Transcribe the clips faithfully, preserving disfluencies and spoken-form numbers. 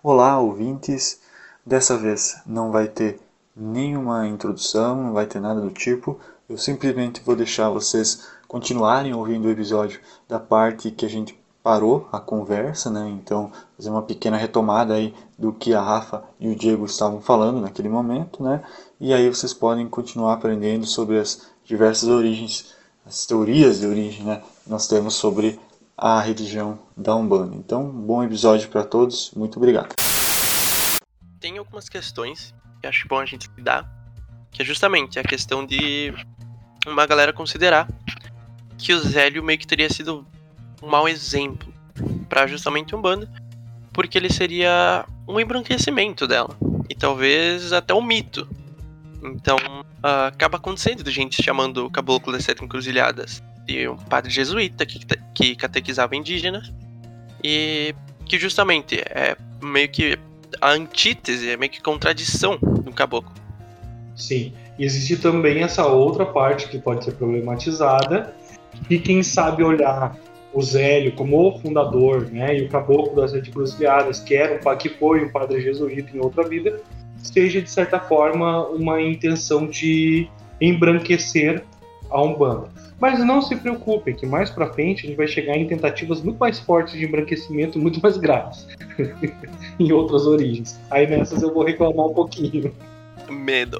Olá, ouvintes! Dessa vez não vai ter nenhuma introdução, não vai ter nada do tipo. Eu simplesmente vou deixar vocês continuarem ouvindo o episódio da parte que a gente parou a conversa, né? Então, fazer uma pequena retomada aí do que a Rafa e o Diego estavam falando naquele momento, né? E aí vocês podem continuar aprendendo sobre as diversas origens, as teorias de origem, né? Que nós temos sobre a religião da Umbanda. Então, bom episódio para todos. Muito obrigado. Tem algumas questões que acho bom a gente lidar, que é justamente a questão de uma galera considerar que o Zélio meio que teria sido um mau exemplo para justamente Umbanda, porque ele seria um embranquecimento dela, e talvez até um mito. Então, uh, acaba acontecendo de gente chamando o Caboclo das Sete Encruzilhadas de um padre jesuíta que, que catequizava indígenas, e que justamente é meio que a antítese, é meio que contradição do caboclo. Sim, e existe também essa outra parte que pode ser problematizada, e quem sabe olhar o Zélio como o fundador, né, e o caboclo das Sete Encruzilhadas, que, era um, que foi um padre jesuíta em outra vida, seja de certa forma uma intenção de embranquecer a Umbanda. Mas não se preocupem, que mais pra frente a gente vai chegar em tentativas muito mais fortes de embranquecimento, muito mais graves, em outras origens. Aí nessas eu vou reclamar um pouquinho. Medo.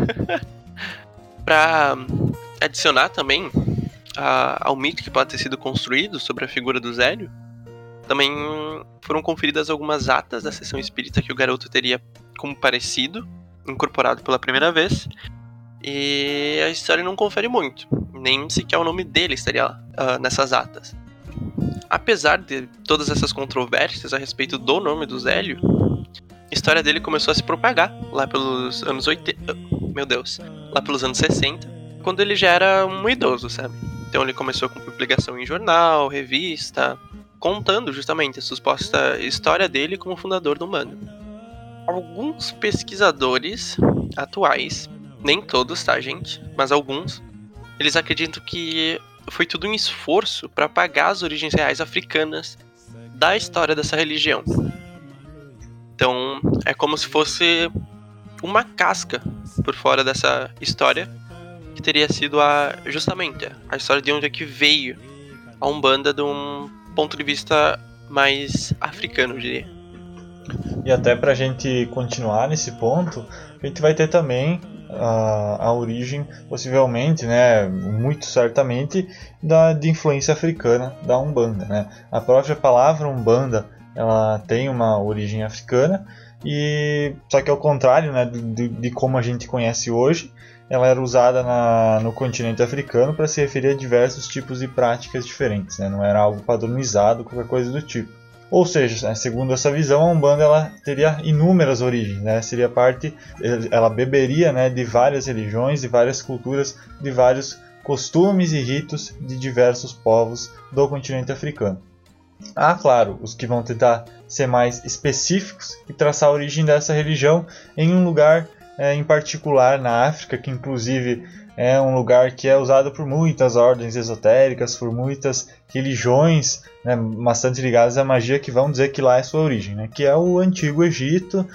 Pra adicionar também a, ao mito que pode ter sido construído sobre a figura do Zélio, também foram conferidas algumas atas da sessão espírita que o garoto teria comparecido, incorporado pela primeira vez, e a história não confere muito, nem sequer o nome dele estaria uh, nessas atas. Apesar de todas essas controvérsias a respeito do nome do Zélio, a história dele começou a se propagar lá pelos anos oitenta, meu Deus, lá pelos anos sessenta, quando ele já era um idoso, sabe? Então ele começou com publicação em jornal, revista, contando justamente a suposta história dele como fundador do Umbanda. Alguns pesquisadores atuais, nem todos, tá, gente? Mas alguns, eles acreditam que foi tudo um esforço para apagar as origens reais africanas da história dessa religião. Então, é como se fosse uma casca por fora dessa história, que teria sido a, justamente a história de onde é que veio a Umbanda de um ponto de vista mais africano, eu diria. E até para a gente continuar nesse ponto, a gente vai ter também a, a origem, possivelmente, né, muito certamente, da, de influência africana da Umbanda, né? A própria palavra Umbanda, ela tem uma origem africana, e só que ao contrário, né, de, de como a gente conhece hoje, ela era usada na, no continente africano para se referir a diversos tipos de práticas diferentes, né? Não era algo padronizado, qualquer coisa do tipo. Ou seja, segundo essa visão, a Umbanda ela teria inúmeras origens, né? Seria parte, ela beberia, né, de várias religiões, de várias culturas, de vários costumes e ritos de diversos povos do continente africano. Ah, claro, os que vão tentar ser mais específicos e traçar a origem dessa religião em um lugar é, em particular na África, que inclusive é um lugar que é usado por muitas ordens esotéricas, por muitas religiões, né, bastante ligadas à magia, que vão dizer que lá é sua origem, né, que é o Antigo Egito,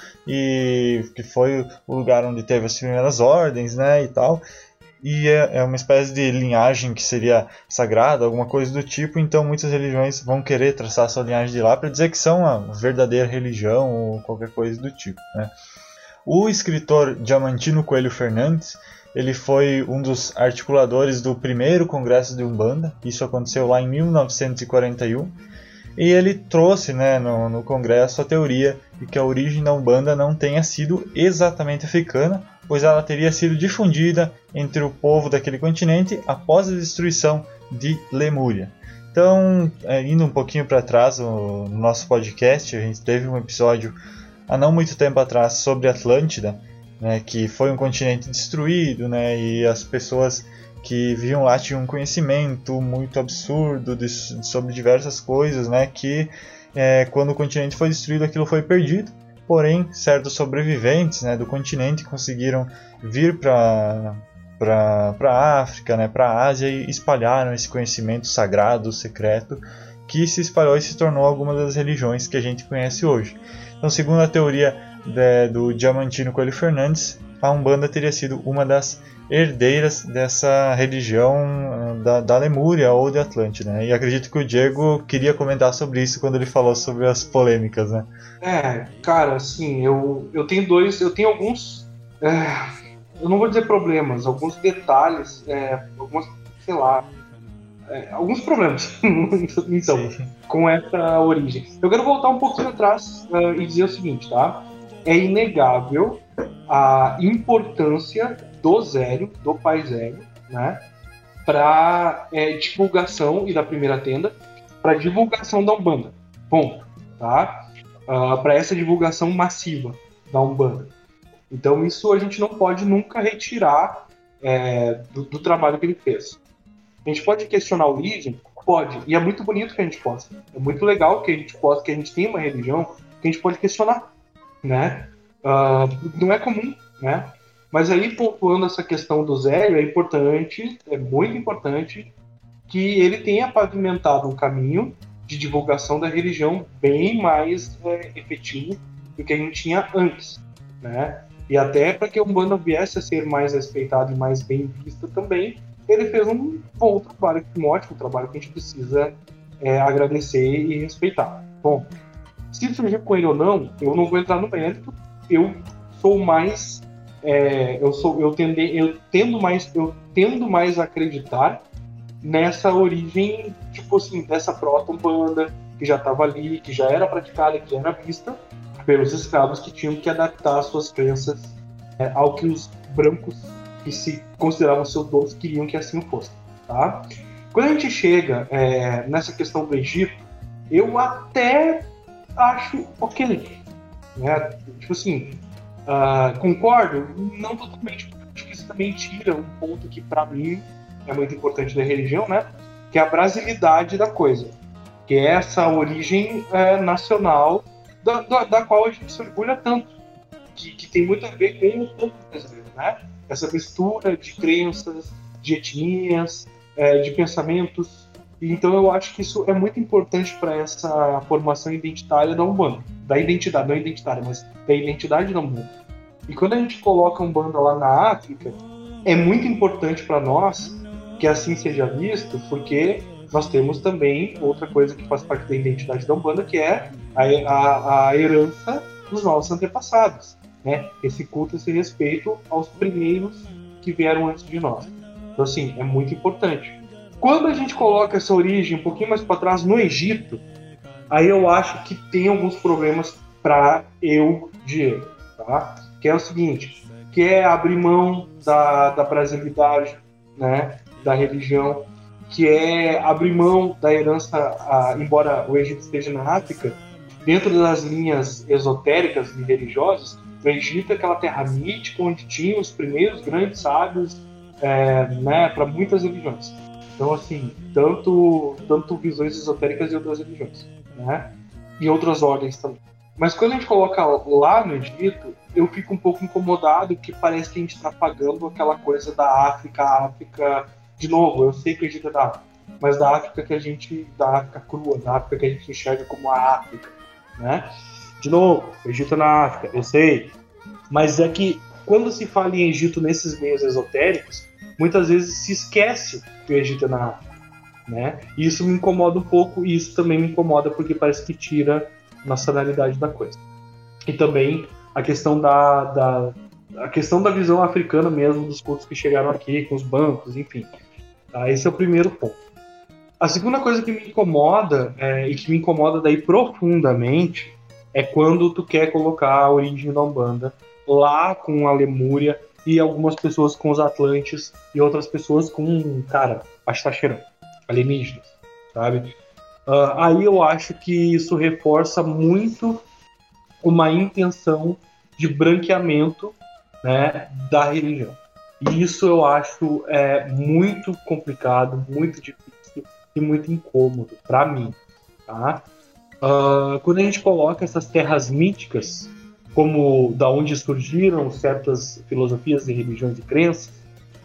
e que foi o lugar onde teve as primeiras ordens, né, e tal. E é, é uma espécie de linhagem que seria sagrada, alguma coisa do tipo, então muitas religiões vão querer traçar sua linhagem de lá para dizer que são a verdadeira religião ou qualquer coisa do tipo, né. O escritor Diamantino Coelho Fernandes, ele foi um dos articuladores do primeiro Congresso de Umbanda, isso aconteceu lá em mil novecentos e quarenta e um, e ele trouxe, né, no, no Congresso a teoria de que a origem da Umbanda não tenha sido exatamente africana, pois ela teria sido difundida entre o povo daquele continente após a destruição de Lemúria. Então, indo um pouquinho para trás no nosso podcast, a gente teve um episódio há não muito tempo atrás sobre Atlântida, né, que foi um continente destruído, né, e as pessoas que viviam lá tinham um conhecimento muito absurdo de, sobre diversas coisas, né, que é, quando o continente foi destruído aquilo foi perdido, porém certos sobreviventes, né, do continente conseguiram vir para para a África, né, para a Ásia, e espalharam esse conhecimento sagrado, secreto, que se espalhou e se tornou alguma das religiões que a gente conhece hoje. Então, segundo a teoria de, do Diamantino Coelho Fernandes, a Umbanda teria sido uma das herdeiras dessa religião da, da Lemúria ou de Atlântida, né? E acredito que o Diego queria comentar sobre isso quando ele falou sobre as polêmicas, né? É, cara, assim, eu, eu tenho dois, eu tenho alguns, é, eu não vou dizer problemas, alguns detalhes, é, alguns, sei lá, é, alguns problemas, então, Sim. com essa origem. Eu quero voltar um pouquinho atrás uh, e dizer o seguinte, tá? É inegável a importância do Zélio, do Pai Zélio, né, para é, divulgação, e da primeira tenda, para divulgação da Umbanda. Bom, tá? Uh, para essa divulgação massiva da Umbanda. Então isso a gente não pode nunca retirar é, do, do trabalho que ele fez. A gente pode questionar a origem? Pode. E é muito bonito que a gente possa. É muito legal que a gente possa, que a gente tenha uma religião que a gente pode questionar, né? Uh, não é comum, né? Mas aí, pontuando essa questão do Zélio, é importante, é muito importante que ele tenha pavimentado um caminho de divulgação da religião bem mais é, efetivo do que a gente tinha antes, né? E até para que a Umbanda viesse a ser mais respeitada e mais bem vista também, ele fez um bom trabalho, um ótimo trabalho que a gente precisa é, agradecer e respeitar. Bom, se surgir com ele ou não, eu não vou entrar no mérito. Eu sou mais, é, eu sou, eu tendo, eu tendo mais, eu tendo mais a acreditar nessa origem, tipo assim, dessa proto-umbanda que já estava ali, que já era praticada, que já era vista pelos escravos que tinham que adaptar as suas crenças é, ao que os brancos que se consideravam seus donos queriam que assim fosse, tá? Quando a gente chega é, nessa questão do Egito, eu até acho ok, né? Tipo assim, uh, concordo, não totalmente, porque acho que isso também tira um ponto que para mim é muito importante da religião, né? Que é a brasilidade da coisa, que é essa origem é, nacional da, da, da qual a gente se orgulha tanto, que, que tem muito a ver com o povo brasileiro, né? Essa mistura de crenças, de etnias, é, de pensamentos. Então eu acho que isso é muito importante para essa formação identitária da Umbanda, da identidade, não identitária, mas da identidade da Umbanda. E quando a gente coloca a Umbanda lá na África, é muito importante para nós que assim seja visto, porque nós temos também outra coisa que faz parte da identidade da Umbanda, que é a, a, a herança dos nossos antepassados, né? Esse culto, esse respeito aos primeiros que vieram antes de nós. Então, assim, é muito importante. Quando a gente coloca essa origem um pouquinho mais para trás no Egito, aí eu acho que tem alguns problemas para eu, Diego, tá? Que é o seguinte, que é abrir mão da, da brasilidade, né? Da religião, que é abrir mão da herança, a, embora o Egito esteja na África, dentro das linhas esotéricas e religiosas, o Egito é aquela terra mítica onde tinha os primeiros grandes sábios, é, né, para muitas religiões. Então, assim, tanto, tanto visões esotéricas e outras religiões, né, e outras ordens também. Mas quando a gente coloca lá no Egito, eu fico um pouco incomodado, porque parece que a gente está pagando aquela coisa da África, África. De novo, eu sei que o Egito é da África, mas da África que a gente, da África crua, da África que a gente enxerga como a África, né? De novo, o Egito é na África, eu sei, mas é que quando se fala em Egito nesses meios esotéricos, muitas vezes se esquece que o Egito é na África, né? E isso me incomoda um pouco, e isso também me incomoda porque parece que tira a nacionalidade da coisa. E também a questão da, da, a questão da visão africana mesmo dos cultos que chegaram aqui, com os bancos, enfim. Tá, esse é o primeiro ponto. A segunda coisa que me incomoda, é, e que me incomoda daí profundamente, é quando tu quer colocar a origem da Umbanda lá com a Lemúria e algumas pessoas com os Atlantes e outras pessoas com, cara, Astacheirão, alienígenas, sabe? Uh, aí eu acho que isso reforça muito uma intenção de branqueamento, né, da religião. E isso eu acho é, muito complicado, muito difícil e muito incômodo para mim, tá? Uh, quando a gente coloca essas terras míticas, como da onde surgiram certas filosofias e religiões e crenças,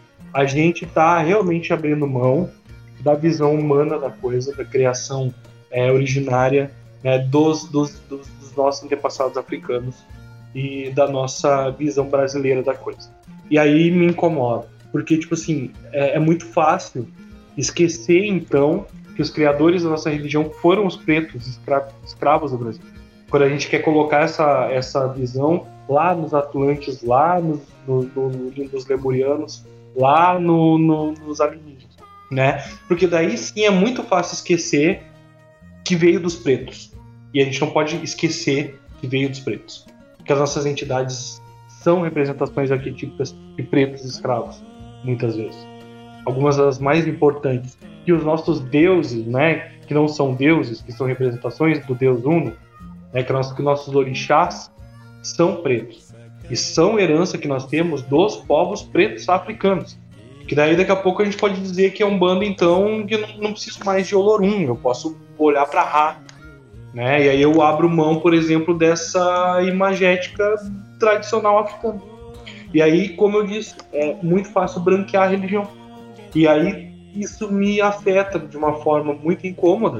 a gente está realmente abrindo mão da visão humana da coisa, da criação é, originária, né, dos, dos, dos, dos nossos antepassados africanos e da nossa visão brasileira da coisa. E aí me incomoda, porque, tipo assim, é, é muito fácil esquecer, então, que os criadores da nossa religião foram os pretos, escra- escravos do Brasil. Quando a gente quer colocar essa, essa visão lá nos Atlantes, lá nos, no, no, nos Lemurianos, lá no, no, nos alienígenas, né? Porque daí sim é muito fácil esquecer que veio dos pretos. E a gente não pode esquecer que veio dos pretos. Porque as nossas entidades são representações arquetípicas de pretos escravos, muitas vezes. Algumas das mais importantes. E os nossos deuses, né, que não são deuses, que são representações do Deus Uno, né, que, nós, que nossos orixás são pretos. E são herança que nós temos dos povos pretos africanos. Que daí daqui a pouco a gente pode dizer que é um bando, então, que eu não, não preciso mais de Olorum, eu posso olhar para Ra. Né? E aí eu abro mão, por exemplo, dessa imagética tradicional africana. E aí, como eu disse, é muito fácil branquear a religião. E aí isso me afeta de uma forma muito incômoda,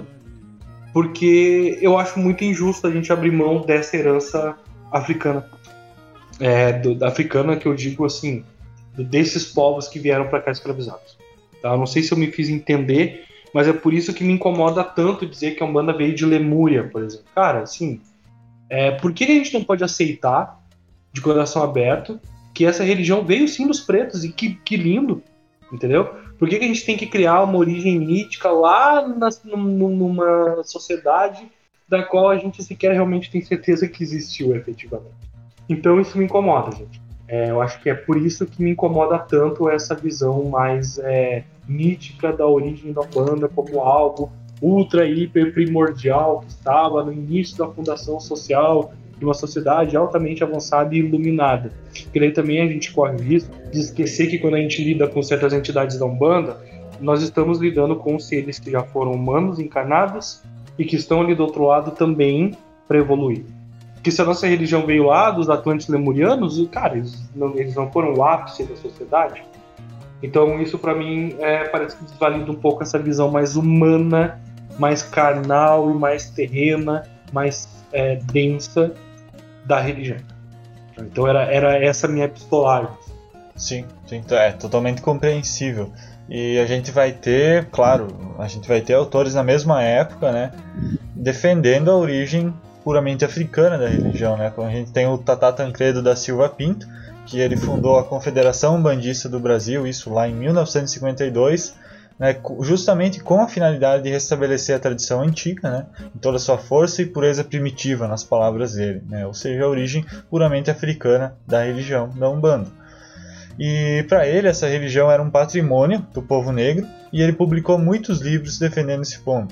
porque eu acho muito injusto a gente abrir mão dessa herança africana. É, do, da africana que eu digo assim, do, desses povos que vieram para cá escravizados. Tá? Não sei se eu me fiz entender, mas é por isso que me incomoda tanto dizer que a Umbanda veio de Lemúria, por exemplo. Cara, assim, é, por que a gente não pode aceitar, de coração aberto, que essa religião veio sim dos pretos, e que, que lindo, entendeu? Por que, que a gente tem que criar uma origem mítica lá na, numa sociedade da qual a gente sequer realmente tem certeza que existiu efetivamente? Então isso me incomoda, gente. É, eu acho que é por isso que me incomoda tanto essa visão mais é, mítica da origem da Umbanda como algo ultra, hiper primordial que estava no início da fundação social de uma sociedade altamente avançada e iluminada. Porque daí também a gente corre o risco de esquecer que quando a gente lida com certas entidades da Umbanda, nós estamos lidando com seres que já foram humanos encarnados e que estão ali do outro lado também para evoluir. Porque se a nossa religião veio lá dos Atlantes Lemurianos, cara, eles não, eles não foram o ápice da sociedade. Então isso para mim é, parece que desvalida um pouco essa visão mais humana, mais carnal e mais terrena, mais é, densa da religião. Então era, era essa minha epistolagem. Sim, sim, é totalmente compreensível. E a gente vai ter, claro, a gente vai ter autores na mesma época, né, defendendo a origem puramente africana da religião, né? Quando a gente tem o Tatá Tancredo da Silva Pinto, que ele fundou a Confederação Umbandista do Brasil, isso lá em mil novecentos e cinquenta e dois, né, justamente com a finalidade de restabelecer a tradição antiga, né, em toda a sua força e pureza primitiva, nas palavras dele, né, ou seja, a origem puramente africana da religião da Umbanda. E para ele essa religião era um patrimônio do povo negro e ele publicou muitos livros defendendo esse ponto.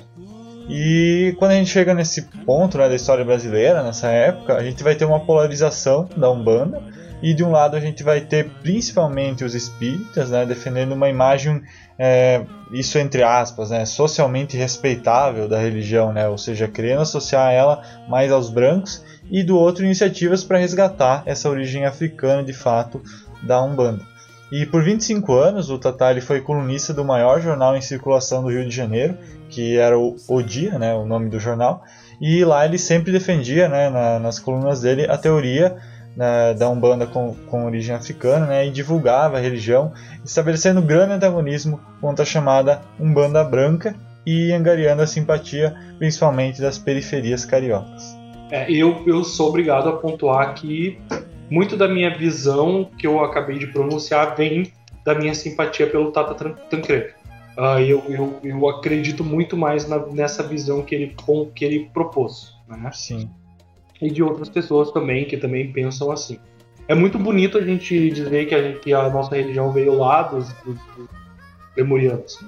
E quando a gente chega nesse ponto, né, da história brasileira, nessa época, a gente vai ter uma polarização da Umbanda e de um lado a gente vai ter principalmente os espíritas, né, defendendo uma imagem, é, isso entre aspas, né, socialmente respeitável da religião, né, ou seja, querendo associar ela mais aos brancos, e do outro iniciativas para resgatar essa origem africana de fato da Umbanda. E por vinte e cinco anos o Tatá ele foi colunista do maior jornal em circulação do Rio de Janeiro, que era o O Dia, né, o nome do jornal, e lá ele sempre defendia, né, na, nas colunas dele a teoria né, da Umbanda com, com origem africana, né, e divulgava a religião, estabelecendo grande antagonismo contra a chamada Umbanda branca e angariando a simpatia principalmente das periferias cariocas. É, eu, eu sou obrigado a pontuar que muito da minha visão que eu acabei de pronunciar vem da minha simpatia pelo Tatá Tancredo. Uh, eu, eu, eu acredito muito mais na, nessa visão que ele, que ele propôs, né? Sim. E de outras pessoas também, que também pensam assim. É muito bonito a gente dizer que a, que a nossa religião veio lá dos, dos, dos lemurianos,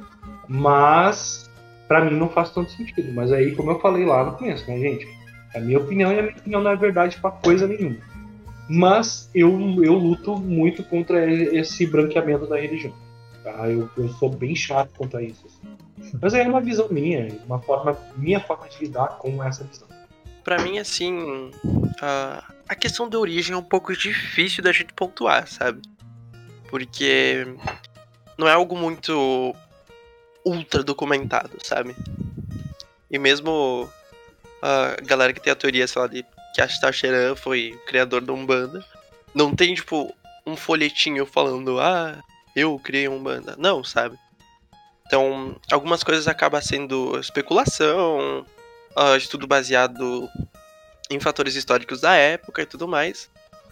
mas para mim não faz tanto sentido. Mas aí, como eu falei lá no começo, né, gente? É a minha opinião e a minha opinião não é verdade pra coisa nenhuma. Mas eu, eu luto muito contra esse branqueamento da religião. Tá? Eu, eu sou bem chato contra isso. Assim. Mas é uma visão minha, uma forma, minha forma de lidar com essa visão. Pra mim, assim, a, a questão da origem é um pouco difícil da gente pontuar, sabe? Porque não é algo muito ultra documentado, sabe? E mesmo a galera que tem a teoria, sei lá, de que Astaxerã foi o criador da Umbanda, não tem, tipo, um folhetinho falando, ah, eu criei a Umbanda. Não, sabe? Então, algumas coisas acabam sendo especulação, uh, estudo baseado em fatores históricos da época e tudo mais.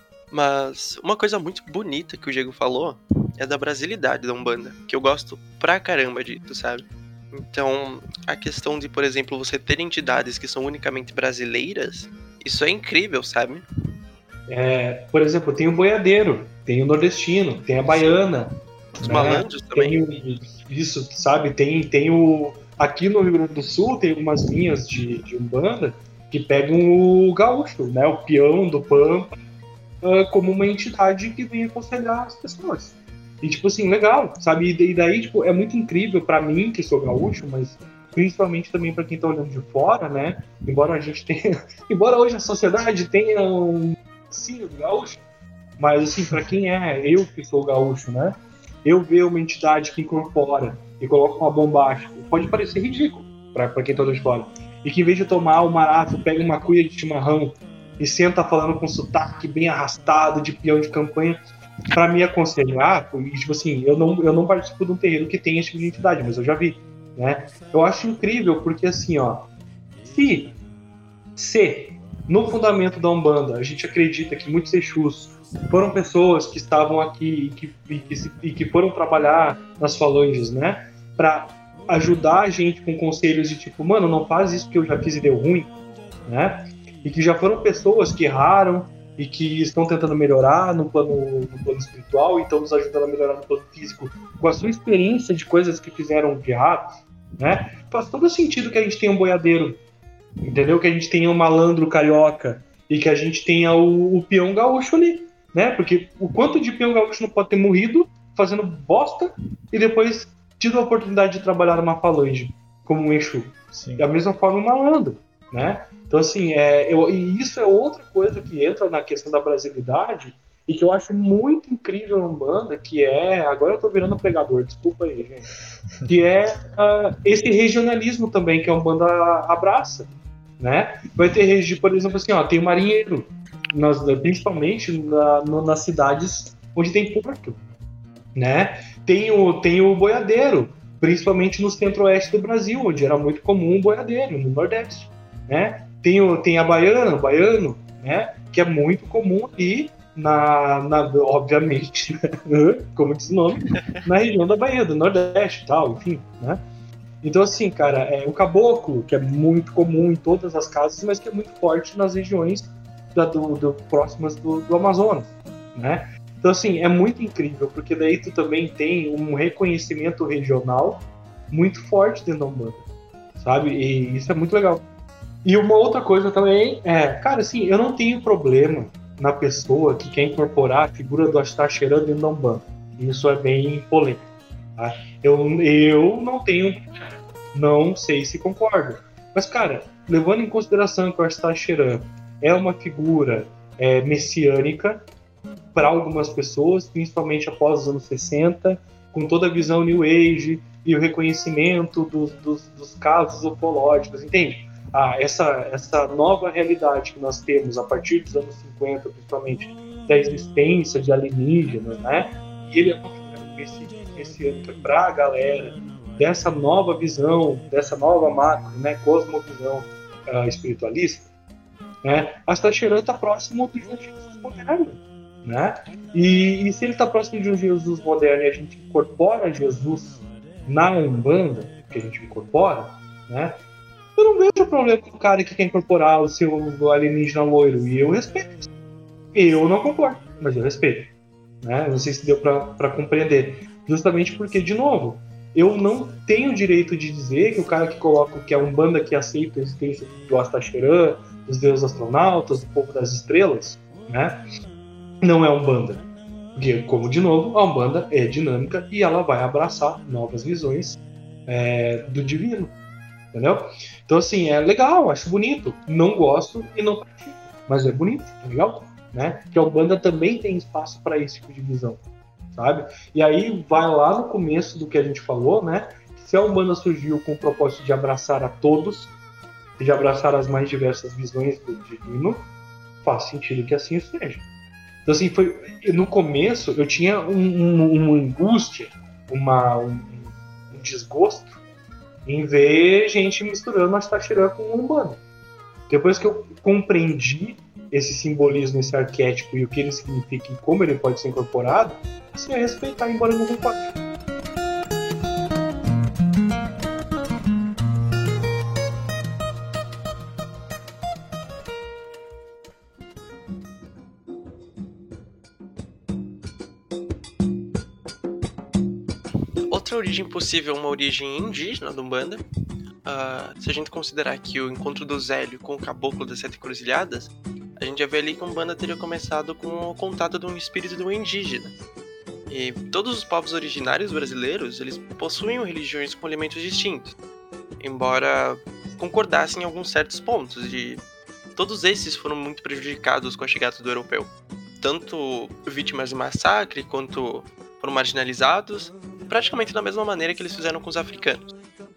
Mas uma coisa muito bonita que o Diego falou é da brasilidade da Umbanda, que eu gosto pra caramba disso, sabe? Então, a questão de, por exemplo, você ter entidades que são unicamente brasileiras, isso é incrível, sabe? É, por exemplo, tem o boiadeiro, tem o nordestino, tem a baiana. Os né? malandros também. Tem o, isso, sabe? Tem, tem o... Aqui no Rio Grande do Sul tem algumas linhas de, de Umbanda que pegam o gaúcho, né? O peão do Pampa, uh, como uma entidade que vem aconselhar as pessoas. E, tipo assim, legal, sabe? E daí, tipo, é muito incrível pra mim, que sou gaúcho, mas principalmente também pra quem tá olhando de fora, né? Embora a gente tenha... Embora hoje a sociedade tenha um ensino do gaúcho, mas, assim, pra quem é eu que sou gaúcho, né? Eu ver uma entidade que incorpora e coloca uma bombástica, pode parecer ridículo pra, pra quem tá olhando de fora. E que em vez de tomar o marato, pega uma cuia de chimarrão e senta falando com sotaque bem arrastado de peão de campanha, pra me aconselhar, e, tipo assim, eu não, eu não participo de um terreiro que tem esse tipo de entidade, mas eu já vi, né? Eu acho incrível, porque assim, ó, se, se no fundamento da Umbanda a gente acredita que muitos Exus foram pessoas que estavam aqui e que, e que, e que foram trabalhar nas falanges, né? Pra ajudar a gente com conselhos de tipo, mano, não faz isso que eu já fiz e deu ruim, né? E que já foram pessoas que erraram e que estão tentando melhorar no plano, no plano espiritual e estão nos ajudando a melhorar no plano físico com a sua experiência de coisas que fizeram de errado, né? Faz todo sentido que a gente tenha um boiadeiro, entendeu? Que a gente tenha um malandro carioca e que a gente tenha o, o peão gaúcho ali, né? Porque o quanto de peão gaúcho não pode ter morrido fazendo bosta e depois tido a oportunidade de trabalhar numa falange como um Exu. Sim. Da mesma forma, um malandro, né? Então, assim, é, eu, e isso é outra coisa que entra na questão da brasilidade e que eu acho muito incrível na Umbanda, que é... Agora eu tô virando pregador, desculpa aí, gente. Que é uh, esse regionalismo também que a Umbanda abraça, né? Vai ter região, por exemplo, assim, ó, tem o marinheiro, nas, principalmente na, no, nas cidades onde tem porto, né? Tem o, tem o boiadeiro, principalmente no centro-oeste do Brasil, onde era muito comum o boiadeiro, no nordeste, né? Tem, o, tem a baiana, o baiano, né? Que é muito comum ali, na, na, obviamente, como diz o nome, na região da Bahia, do nordeste e tal, enfim, né? Então, assim, cara, é, o caboclo, que é muito comum em todas as casas, mas que é muito forte nas regiões da, do, do, próximas do, do Amazonas, né? Então, assim, é muito incrível, porque daí tu também tem um reconhecimento regional muito forte dentro da Umbanda, sabe? E isso é muito legal. E uma outra coisa também é, cara, assim, eu não tenho problema na pessoa que quer incorporar a figura do Astaxerã dentro da Umbanda. Isso é bem polêmico, tá? Eu, eu não tenho, não sei se concordo. Mas, cara, levando em consideração que o Astaxerã é uma figura é, messiânica para algumas pessoas, principalmente após os anos sessenta, com toda a visão New Age e o reconhecimento dos, dos, dos casos ufológicos, entende? Ah, essa, essa nova realidade que nós temos a partir dos anos cinquenta, principalmente, da existência de alienígenas, né? E ele é uma figura messiânica para a galera dessa nova visão, dessa nova macro, né, cosmovisão uh, espiritualista, né? Astaxerã está próximo de um Jesus moderno, né? E, e se ele está próximo de um Jesus moderno e a gente incorpora Jesus na Umbanda, que a gente incorpora, né? Eu não vejo problema com o cara que quer incorporar o seu alienígena loiro, e eu respeito. Eu não concordo, mas eu respeito, né? Não sei se deu para compreender. Justamente porque, de novo, eu não tenho o direito de dizer que o cara que coloca que é a Umbanda que aceita a existência do Astaxerã, dos deuses astronautas, do povo das estrelas, né? Não é Umbanda. Porque, como de novo, a Umbanda é dinâmica e ela vai abraçar novas visões é, do divino. Entendeu? Então, assim, é legal, acho bonito. Não gosto e não pratico, mas é bonito, é legal, né? Que a Umbanda também tem espaço para esse tipo de visão, sabe? E aí vai lá no começo do que a gente falou, né? Se a Umbanda surgiu com o propósito de abraçar a todos, e de abraçar as mais diversas visões do divino, faz sentido que assim seja. Então, assim, foi, no começo eu tinha um, um, uma angústia, uma, um, um desgosto em ver gente misturando Astaxerã com Umbanda. Depois que eu compreendi esse simbolismo, esse arquétipo e o que ele significa e como ele pode ser incorporado, assim, é respeitar, embora eu não concorde. Outra origem possível é uma origem indígena do Umbanda. Uh, se a gente considerar que o encontro do Zélio com o Caboclo das Sete Encruzilhadas, a gente já vê ali que a Umbanda teria começado com o contato de um espírito de um indígena. E todos os povos originários brasileiros, eles possuem religiões com elementos distintos, embora concordassem em alguns certos pontos, e todos esses foram muito prejudicados com a chegada do europeu. Tanto vítimas de massacre, quanto foram marginalizados, praticamente da mesma maneira que eles fizeram com os africanos.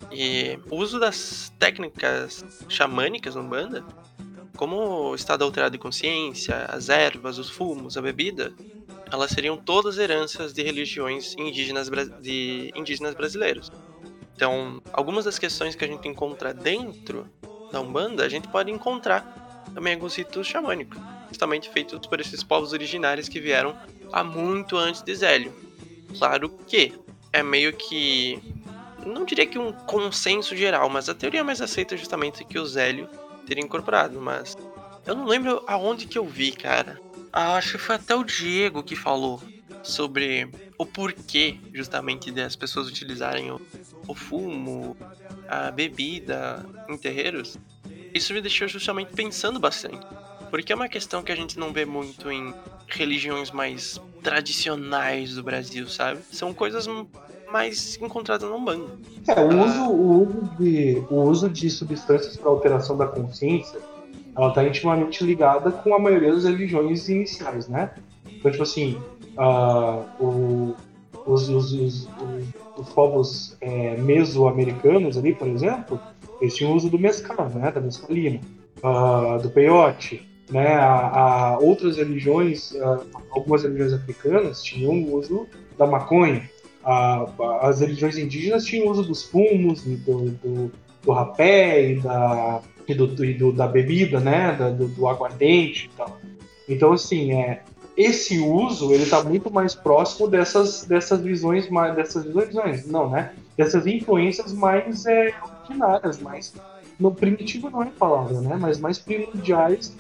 E o uso das técnicas xamânicas na Umbanda, como o estado alterado de consciência, as ervas, os fumos, a bebida, elas seriam todas heranças de religiões indígenas, de indígenas brasileiros. Então, algumas das questões que a gente encontra dentro da Umbanda, a gente pode encontrar também alguns ritos xamânicos, justamente feitos por esses povos originários que vieram há muito antes de Zélio. Claro que é meio que, não diria que um consenso geral, mas a teoria mais aceita é justamente que o Zélio teria incorporado, mas eu não lembro aonde que eu vi, cara. Ah, acho que foi até o Diego que falou sobre o porquê, justamente, das pessoas utilizarem o, o fumo, a bebida em terreiros. Isso me deixou justamente pensando bastante, porque é uma questão que a gente não vê muito em religiões mais tradicionais do Brasil, sabe? São coisas mais encontradas no Umbanda. É, o uso, o uso, de, o uso de substâncias para alteração da consciência, ela está intimamente ligada com a maioria das religiões iniciais, né? Então, tipo assim, uh, o, os, os, os, os povos é, mesoamericanos ali, por exemplo, eles tinham o uso do mescal, né? Da mescalina, uh, do peiote, né? A, a outras religiões, uh, algumas religiões africanas tinham o uso da maconha. A, as religiões indígenas tinham o uso dos fumos, do, do, do rapé e da, e do, e do, da bebida, né? Da, do, do aguardente e tal. Então, assim, é, esse uso ele está muito mais próximo dessas, dessas visões, mais, dessas visões, não, né? Dessas influências mais é, originárias, mais no primitivo não é a palavra, né? Mas mais primordiais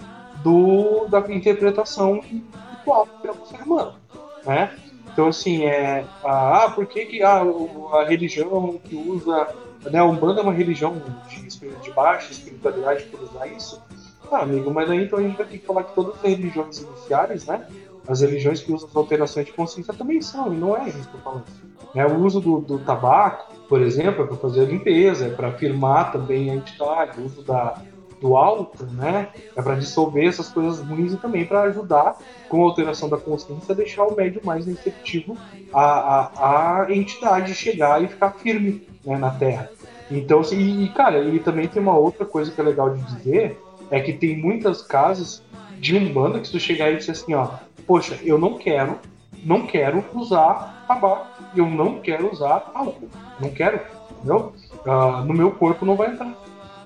do, da interpretação ritual pelo ser humano, né? Então, assim, é, ah, por que, que ah, a religião que usa... Né, a Umbanda é uma religião de, de baixa espiritualidade por usar isso? Ah, amigo, mas aí então a gente vai ter que falar que todas as religiões iniciais, né, as religiões que usam as alterações de consciência também são, e não é isso que eu falo. Né, o uso do, do tabaco, por exemplo, é para fazer a limpeza, é para afirmar também a entidade, o uso da... do álcool, né? É para dissolver essas coisas ruins e também para ajudar, com a alteração da consciência, a deixar o médium mais receptivo à, à, à entidade chegar e ficar firme, né, na Terra. Então, e, cara, e também tem uma outra coisa que é legal de dizer, é que tem muitas casas de Umbanda que se tu chegar e disser assim, ó, poxa, eu não quero, não quero usar tabaco, eu não quero usar álcool, não quero, entendeu? Uh, no meu corpo não vai entrar.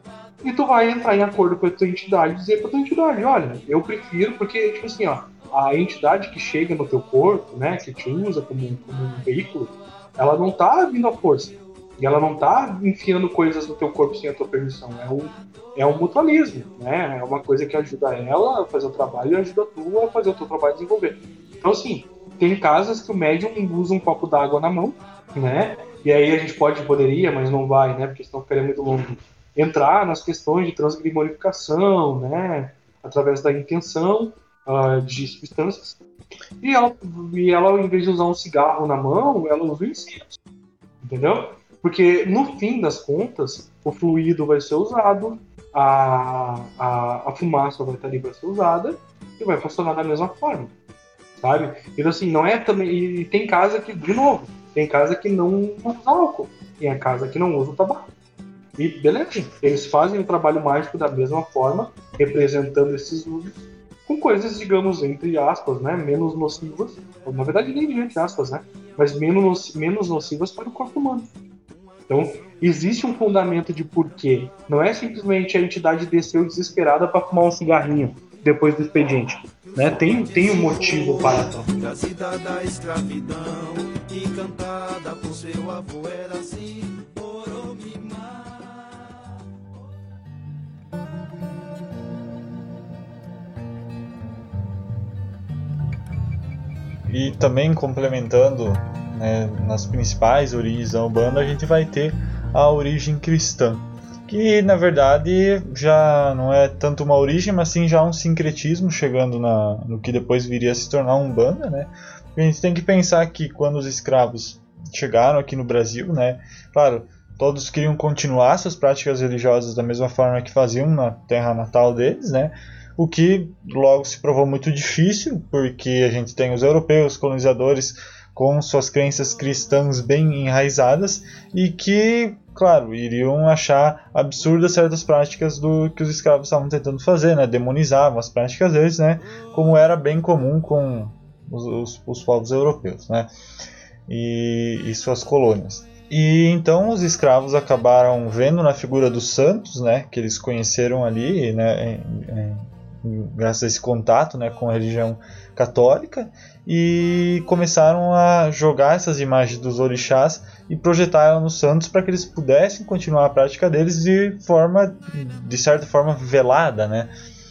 E tu vai entrar em acordo com a tua entidade e dizer pra tua entidade, olha, eu prefiro, porque, tipo assim, ó, a entidade que chega no teu corpo, né, que te usa como, como um veículo, ela não tá vindo à força. E ela não tá enfiando coisas no teu corpo sem a tua permissão. É um, é um mutualismo, né? É uma coisa que ajuda ela a fazer o trabalho e ajuda tu a fazer o teu trabalho a desenvolver. Então, assim, tem casas que o médium usa um copo d'água na mão, né? E aí a gente pode, poderia, mas não vai, né? Porque senão ficaria muito longo. Entrar nas questões de transgrimorificação, né, através da intenção uh, de substâncias. E ela, e ela, em vez de usar um cigarro na mão, ela usa o incenso. Entendeu? Porque, no fim das contas, o fluido vai ser usado, a, a, a fumaça vai estar ali para ser usada e vai funcionar da mesma forma. Sabe? Então, assim, não é também... E tem casa que, de novo, tem casa que não usa álcool. Tem a casa que não usa o tabaco. E beleza, eles fazem o trabalho mágico da mesma forma, representando esses usos, com coisas, digamos, entre aspas, né, menos nocivas, na verdade nem entre aspas, né, mas menos, menos nocivas para o corpo humano. Então, existe um fundamento de porquê. Não é simplesmente a entidade desceu desesperada para fumar um cigarrinho depois do expediente. Né? Tem, tem um motivo para tal. Trazida da escravidão, encantada por seu avô, era assim. E também complementando, né, nas principais origens da Umbanda, a gente vai ter a origem cristã, que na verdade já não é tanto uma origem, mas sim já um sincretismo chegando na, no que depois viria a se tornar Umbanda, né? A gente tem que pensar que quando os escravos chegaram aqui no Brasil, né, claro, todos queriam continuar suas práticas religiosas da mesma forma que faziam na terra natal deles, né? O que logo se provou muito difícil, porque a gente tem os europeus, colonizadores, com suas crenças cristãs bem enraizadas e que, claro, iriam achar absurdas certas práticas do que os escravos estavam tentando fazer, né? Demonizavam as práticas deles, né? Como era bem comum com os, os, os povos europeus, né? E, e suas colônias. E então os escravos acabaram vendo na figura dos santos, né? Que eles conheceram ali, né? Em, em, graças a esse contato, né, com a religião católica, e começaram a jogar essas imagens dos orixás e projetar elas nos santos para que eles pudessem continuar a prática deles de forma, de certa forma, velada, né?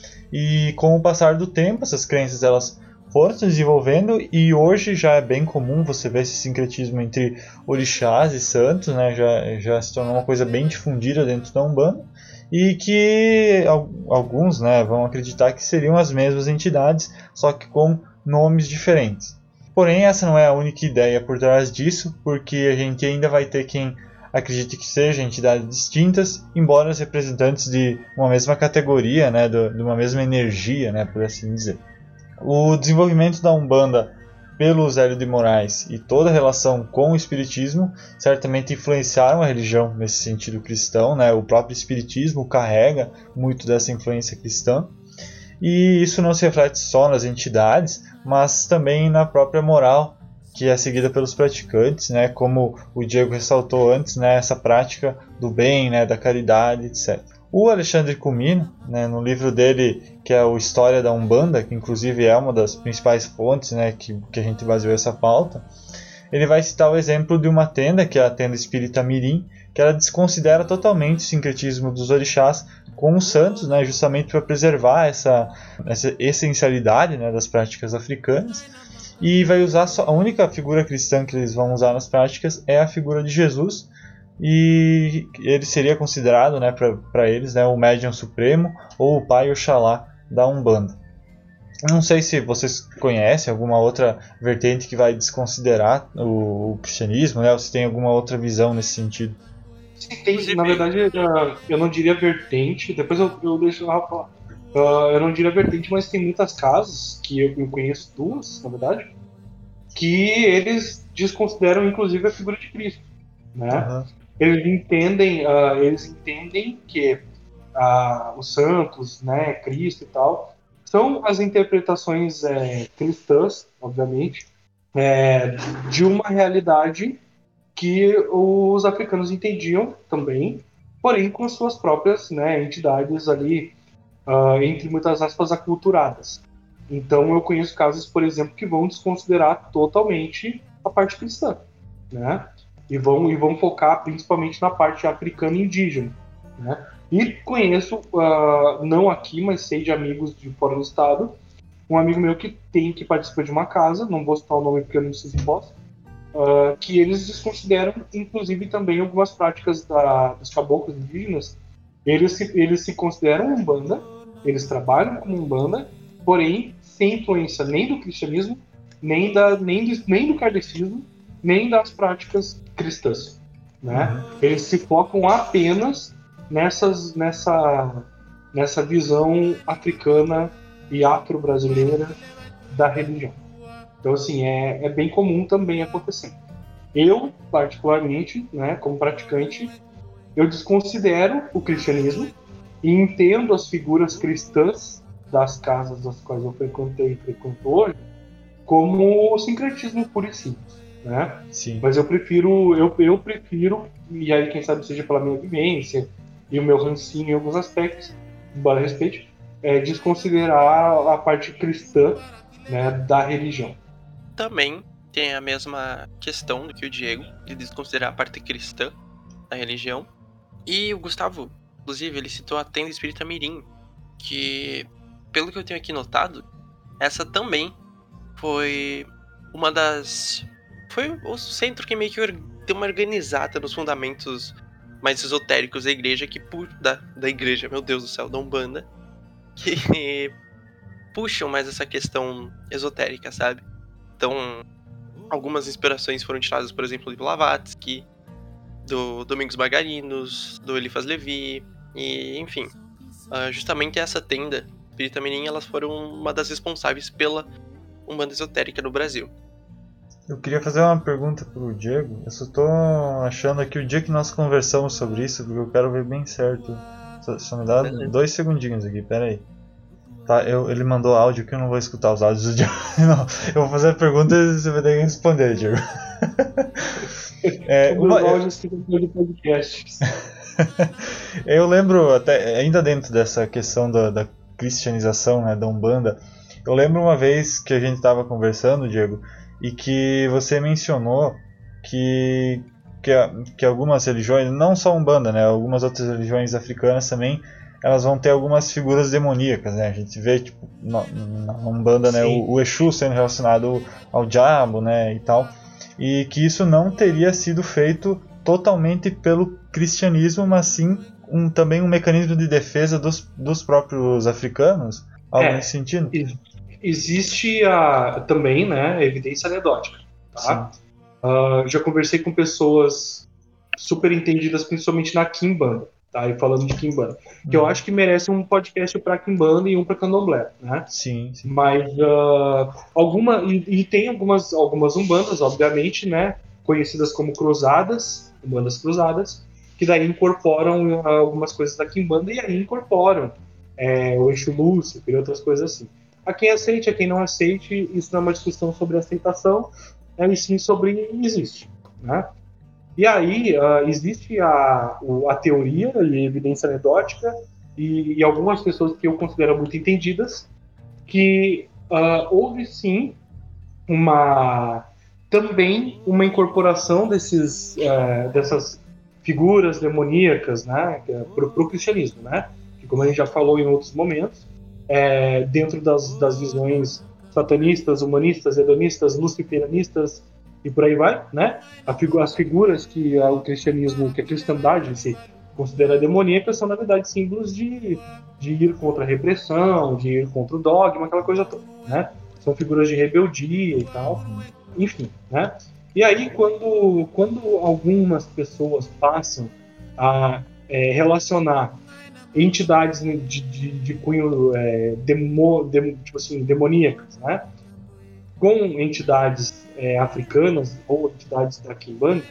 E com o passar do tempo, essas crenças elas foram se desenvolvendo e hoje já é bem comum você ver esse sincretismo entre orixás e santos, né? Já, já se tornou uma coisa bem difundida dentro da Umbanda. E que alguns, né, vão acreditar que seriam as mesmas entidades, só que com nomes diferentes. Porém, essa não é a única ideia por trás disso, porque a gente ainda vai ter quem acredite que sejam entidades distintas, embora os representantes de uma mesma categoria, né, de uma mesma energia, né, por assim dizer. O desenvolvimento da Umbanda pelo Zélio de Moraes e toda a relação com o espiritismo certamente influenciaram a religião nesse sentido cristão, né? O próprio espiritismo carrega muito dessa influência cristã e isso não se reflete só nas entidades, mas também na própria moral que é seguida pelos praticantes, né? Como o Diego ressaltou antes, né? Essa prática do bem, né? Da caridade, etcétera. O Alexandre Comino, né, no livro dele, que é o História da Umbanda, que inclusive é uma das principais fontes, né, que, que a gente baseou essa pauta, ele vai citar o exemplo de uma tenda, que é a tenda espírita Mirim, que ela desconsidera totalmente o sincretismo dos orixás com os santos, né, justamente para preservar essa, essa essencialidade, né, das práticas africanas, e vai usar só, a única figura cristã que eles vão usar nas práticas é a figura de Jesus, e ele seria considerado, né, para eles, né, o médium supremo ou o pai Oxalá da Umbanda. Não sei se vocês conhecem alguma outra vertente que vai desconsiderar o, o cristianismo, né, ou se tem alguma outra visão nesse sentido. Sim, tem, na verdade, eu não diria vertente, depois eu, eu deixo o Rafa falar. Uh, eu não diria vertente, mas tem muitas casas, que eu, eu conheço duas, na verdade, que eles desconsideram inclusive a figura de Cristo, né? Uhum. Eles entendem, uh, eles entendem que uh, os santos, né, Cristo e tal, são as interpretações é, cristãs, obviamente, é, de uma realidade que os africanos entendiam também, porém com suas próprias, né, entidades ali, uh, entre muitas aspas, aculturadas. Então eu conheço casos, por exemplo, que vão desconsiderar totalmente a parte cristã, né? E vão, e vão focar principalmente na parte africana e indígena, né? E conheço, uh, não aqui, mas sei de amigos de fora do estado, um amigo meu que tem que participar de uma casa, não vou citar o nome porque eu não sei se posso, uh, que eles desconsideram, inclusive, também algumas práticas da, dos caboclos indígenas. Eles se, eles se consideram Umbanda, eles trabalham como Umbanda, porém sem influência nem do cristianismo, nem, da, nem, do, nem do kardecismo, nem das práticas cristãs, né? Uhum. Eles se focam apenas nessas, nessa, nessa visão africana e afro-brasileira da religião. Então, assim, é, é bem comum também acontecer. Eu, particularmente, né, como praticante, eu desconsidero o cristianismo e entendo as figuras cristãs das casas das quais eu frequentei e frequento hoje como sincretismo puro e simples, né? Sim. Mas eu prefiro, eu, eu prefiro, e aí quem sabe seja pela minha vivência e o meu rancinho em alguns aspectos, embora respeite, é desconsiderar a parte cristã, né, da religião. Também tem a mesma questão do que o Diego, de desconsiderar a parte cristã da religião. E o Gustavo, inclusive, ele citou a tenda espírita Mirim, que, pelo que eu tenho aqui notado, essa também foi uma das... Foi o centro que meio que deu uma organizada nos fundamentos mais esotéricos da igreja, que pu... da, da igreja, meu Deus do céu, da Umbanda, que puxam mais essa questão esotérica, sabe? Então, algumas inspirações foram tiradas, por exemplo, de Blavatsky, do Domingos Margarinos, do Eliphas Levi, e enfim. Uh, justamente essa tenda espírita Mirim, elas foram uma das responsáveis pela Umbanda esotérica no Brasil. Eu queria fazer uma pergunta pro Diego. Eu só tô achando aqui o dia que nós conversamos sobre isso, porque eu quero ver bem certo. Só, só me dá Beleza. dois segundinhos aqui, pera aí. Tá, eu, ele mandou áudio que eu não vou escutar os áudios do Diego. Não, eu vou fazer a pergunta e você vai ter que responder, Diego. É, Sobre uma, os áudios que tem no podcast. eu lembro, até, ainda dentro dessa questão da, da cristianização, né, da Umbanda, eu lembro uma vez que a gente estava conversando, Diego, e que você mencionou que, que, que algumas religiões, não só a Umbanda, né, algumas outras religiões africanas também, elas vão ter algumas figuras demoníacas, né? A gente vê, tipo, na, na Umbanda, né, o, o Exu sendo relacionado ao diabo, né, e tal, e que isso não teria sido feito totalmente pelo cristianismo, mas sim um, também um mecanismo de defesa dos, dos próprios africanos, algo É, nesse sentido. Existe a, também, né, evidência anedótica, tá? Uh, já conversei com pessoas super entendidas, principalmente na Kimbanda, tá? E falando de Kimbanda, que eu acho que merece um podcast para Kimbanda e um para Candomblé, né? Sim, sim. Mas uh, alguma e, e tem algumas algumas umbandas, obviamente, né, conhecidas como cruzadas, umbandas cruzadas, que daí incorporam uh, algumas coisas da Kimbanda e aí incorporam é, o Exu Lúcifer e outras coisas assim. A quem aceite, a quem não aceite, isso não é uma discussão sobre aceitação, é e sim sobre existe, né? E aí uh, existe a, a teoria e a evidência anedótica e, e algumas pessoas que eu considero muito entendidas que uh, houve sim uma também uma incorporação desses uh, dessas figuras demoníacas, né, para o cristianismo, né? Que, como a gente já falou em outros momentos, é, dentro das, das visões satanistas, humanistas, hedonistas, luciferianistas e por aí vai, né? As figuras que o cristianismo, que a cristandade se considera demoníacas, são na verdade símbolos de, de ir contra a repressão, de ir contra o dogma, aquela coisa toda, né? São figuras de rebeldia e tal, enfim, né? E aí quando, quando algumas pessoas passam a é, relacionar entidades de, de, de cunho é, demo, dem, tipo assim, demoníacas, né, com entidades é, africanas ou entidades da Kimbanda,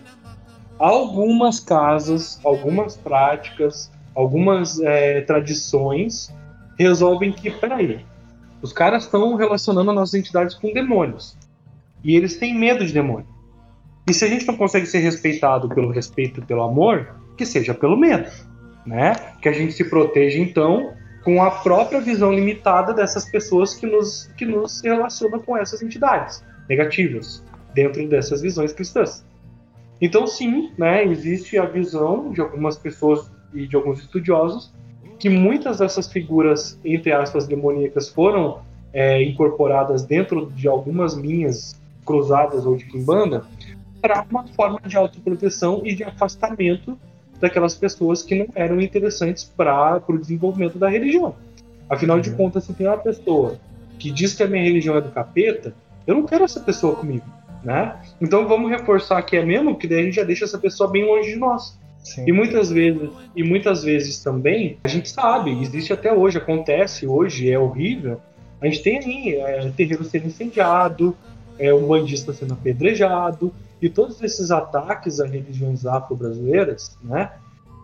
algumas casas, algumas práticas, algumas é, tradições resolvem que, peraí, os caras estão relacionando as nossas entidades com demônios e eles têm medo de demônio. E se a gente não consegue ser respeitado pelo respeito e pelo amor, que seja pelo medo, né? Que a gente se proteja, então, com a própria visão limitada dessas pessoas que nos, que nos relacionam com essas entidades negativas, dentro dessas visões cristãs. Então, sim, né, existe a visão de algumas pessoas e de alguns estudiosos que muitas dessas figuras, entre aspas, demoníacas, foram é, incorporadas dentro de algumas linhas cruzadas ou de Kimbanda para uma forma de autoproteção e de afastamento daquelas pessoas que não eram interessantes para o desenvolvimento da religião. Afinal de contas, se tem uma pessoa que diz que a minha religião é do capeta, eu não quero essa pessoa comigo, né? Então vamos reforçar que é mesmo, que daí a gente já deixa essa pessoa bem longe de nós. Sim. E muitas vezes, e muitas vezes também, a gente sabe, existe até hoje, acontece hoje, é horrível, a gente tem aí é, terreiro sendo incendiado, é, um bandista sendo apedrejado, e todos esses ataques a religiões afro-brasileiras, né,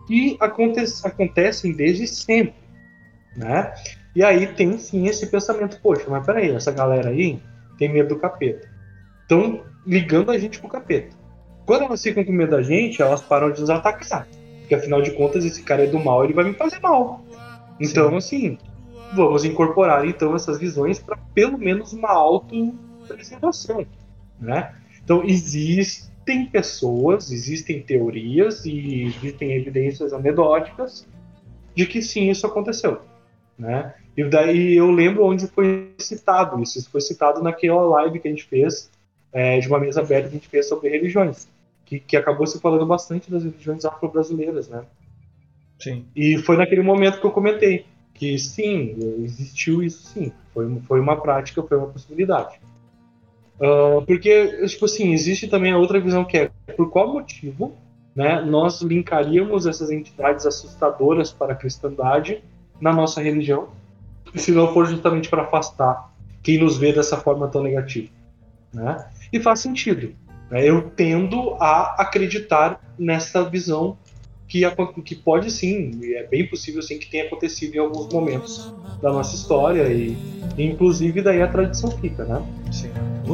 que aconte acontecem desde sempre, né? E aí tem sim esse pensamento, poxa, mas peraí, essa galera aí tem medo do capeta. Estão ligando a gente pro capeta. Quando elas ficam com medo da gente, elas param de nos atacar. Porque afinal de contas, esse cara é do mal, ele vai me fazer mal. Então, assim, vamos incorporar então essas visões para pelo menos uma autopreservação, né? Então, existem pessoas, existem teorias e existem evidências anedóticas de que sim, isso aconteceu, né? E daí eu lembro onde foi citado isso. Isso foi citado naquela live que a gente fez, é, de uma mesa aberta que a gente fez sobre religiões, que, que acabou se falando bastante das religiões afro-brasileiras, né? Sim. E foi naquele momento que eu comentei que sim, existiu isso sim, foi, foi uma prática, foi uma possibilidade. Uh, porque, tipo assim, existe também a outra visão que é por qual motivo, né, nós linkaríamos essas entidades assustadoras para a cristandade na nossa religião, se não for justamente para afastar quem nos vê dessa forma tão negativa, né? E faz sentido, né? Eu tendo a acreditar nessa visão que, que pode sim, é bem possível sim que tenha acontecido em alguns momentos da nossa história e, e inclusive daí a tradição fica, né? Sim.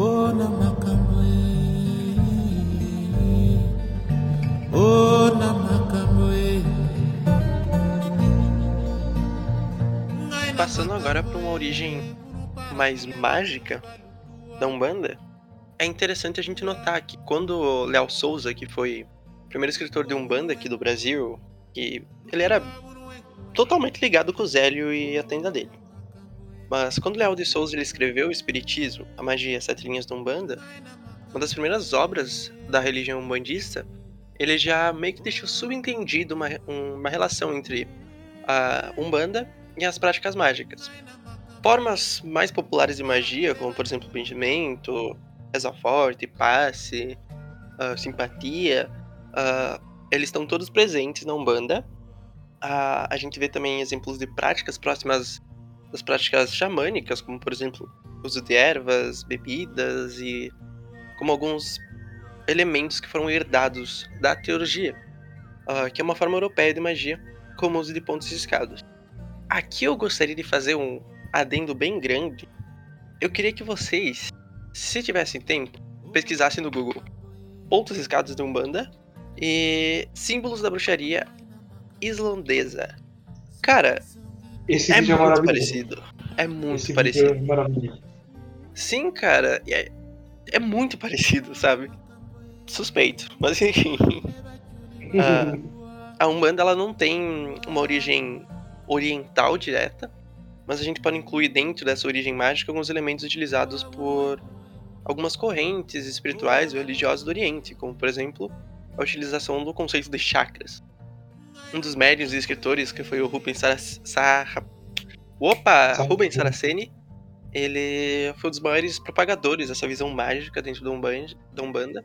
Passando agora para uma origem mais mágica da Umbanda, é interessante a gente notar que quando Léo Souza, que foi o primeiro escritor de Umbanda aqui do Brasil, que ele era totalmente ligado com o Zélio e a tenda dele. Mas quando Léo de Souza ele escreveu o Espiritismo, a Magia, as Sete Linhas da Umbanda, uma das primeiras obras da religião umbandista, ele já meio que deixou subentendido uma, uma relação entre a Umbanda e as práticas mágicas. Formas mais populares de magia, como por exemplo bendimento, reza forte, passe, uh, simpatia, uh, eles estão todos presentes na Umbanda. Uh, a gente vê também exemplos de práticas próximas das práticas xamânicas, como por exemplo uso de ervas, bebidas e como alguns elementos que foram herdados da teurgia, uh, que é uma forma europeia de magia, como o uso de pontos riscados. Aqui eu gostaria de fazer um adendo bem grande. Eu queria que vocês, se tivessem tempo, pesquisassem no Google pontos riscados de Umbanda e símbolos da bruxaria islandesa. Cara, Esse é vídeo é muito maravilhoso. parecido. É muito Esse parecido. vídeo é maravilhoso. Sim, cara, é, é muito parecido, sabe? Suspeito, mas enfim. a, a Umbanda ela não tem uma origem oriental direta, mas a gente pode incluir dentro dessa origem mágica alguns elementos utilizados por algumas correntes espirituais ou religiosas do Oriente, como por exemplo a utilização do conceito de chakras. Um dos médiuns e escritores, que foi o Rubens Saraceni, Opa! Rubens Saraceni, ele foi um dos maiores propagadores dessa visão mágica dentro da Umbanda, da Umbanda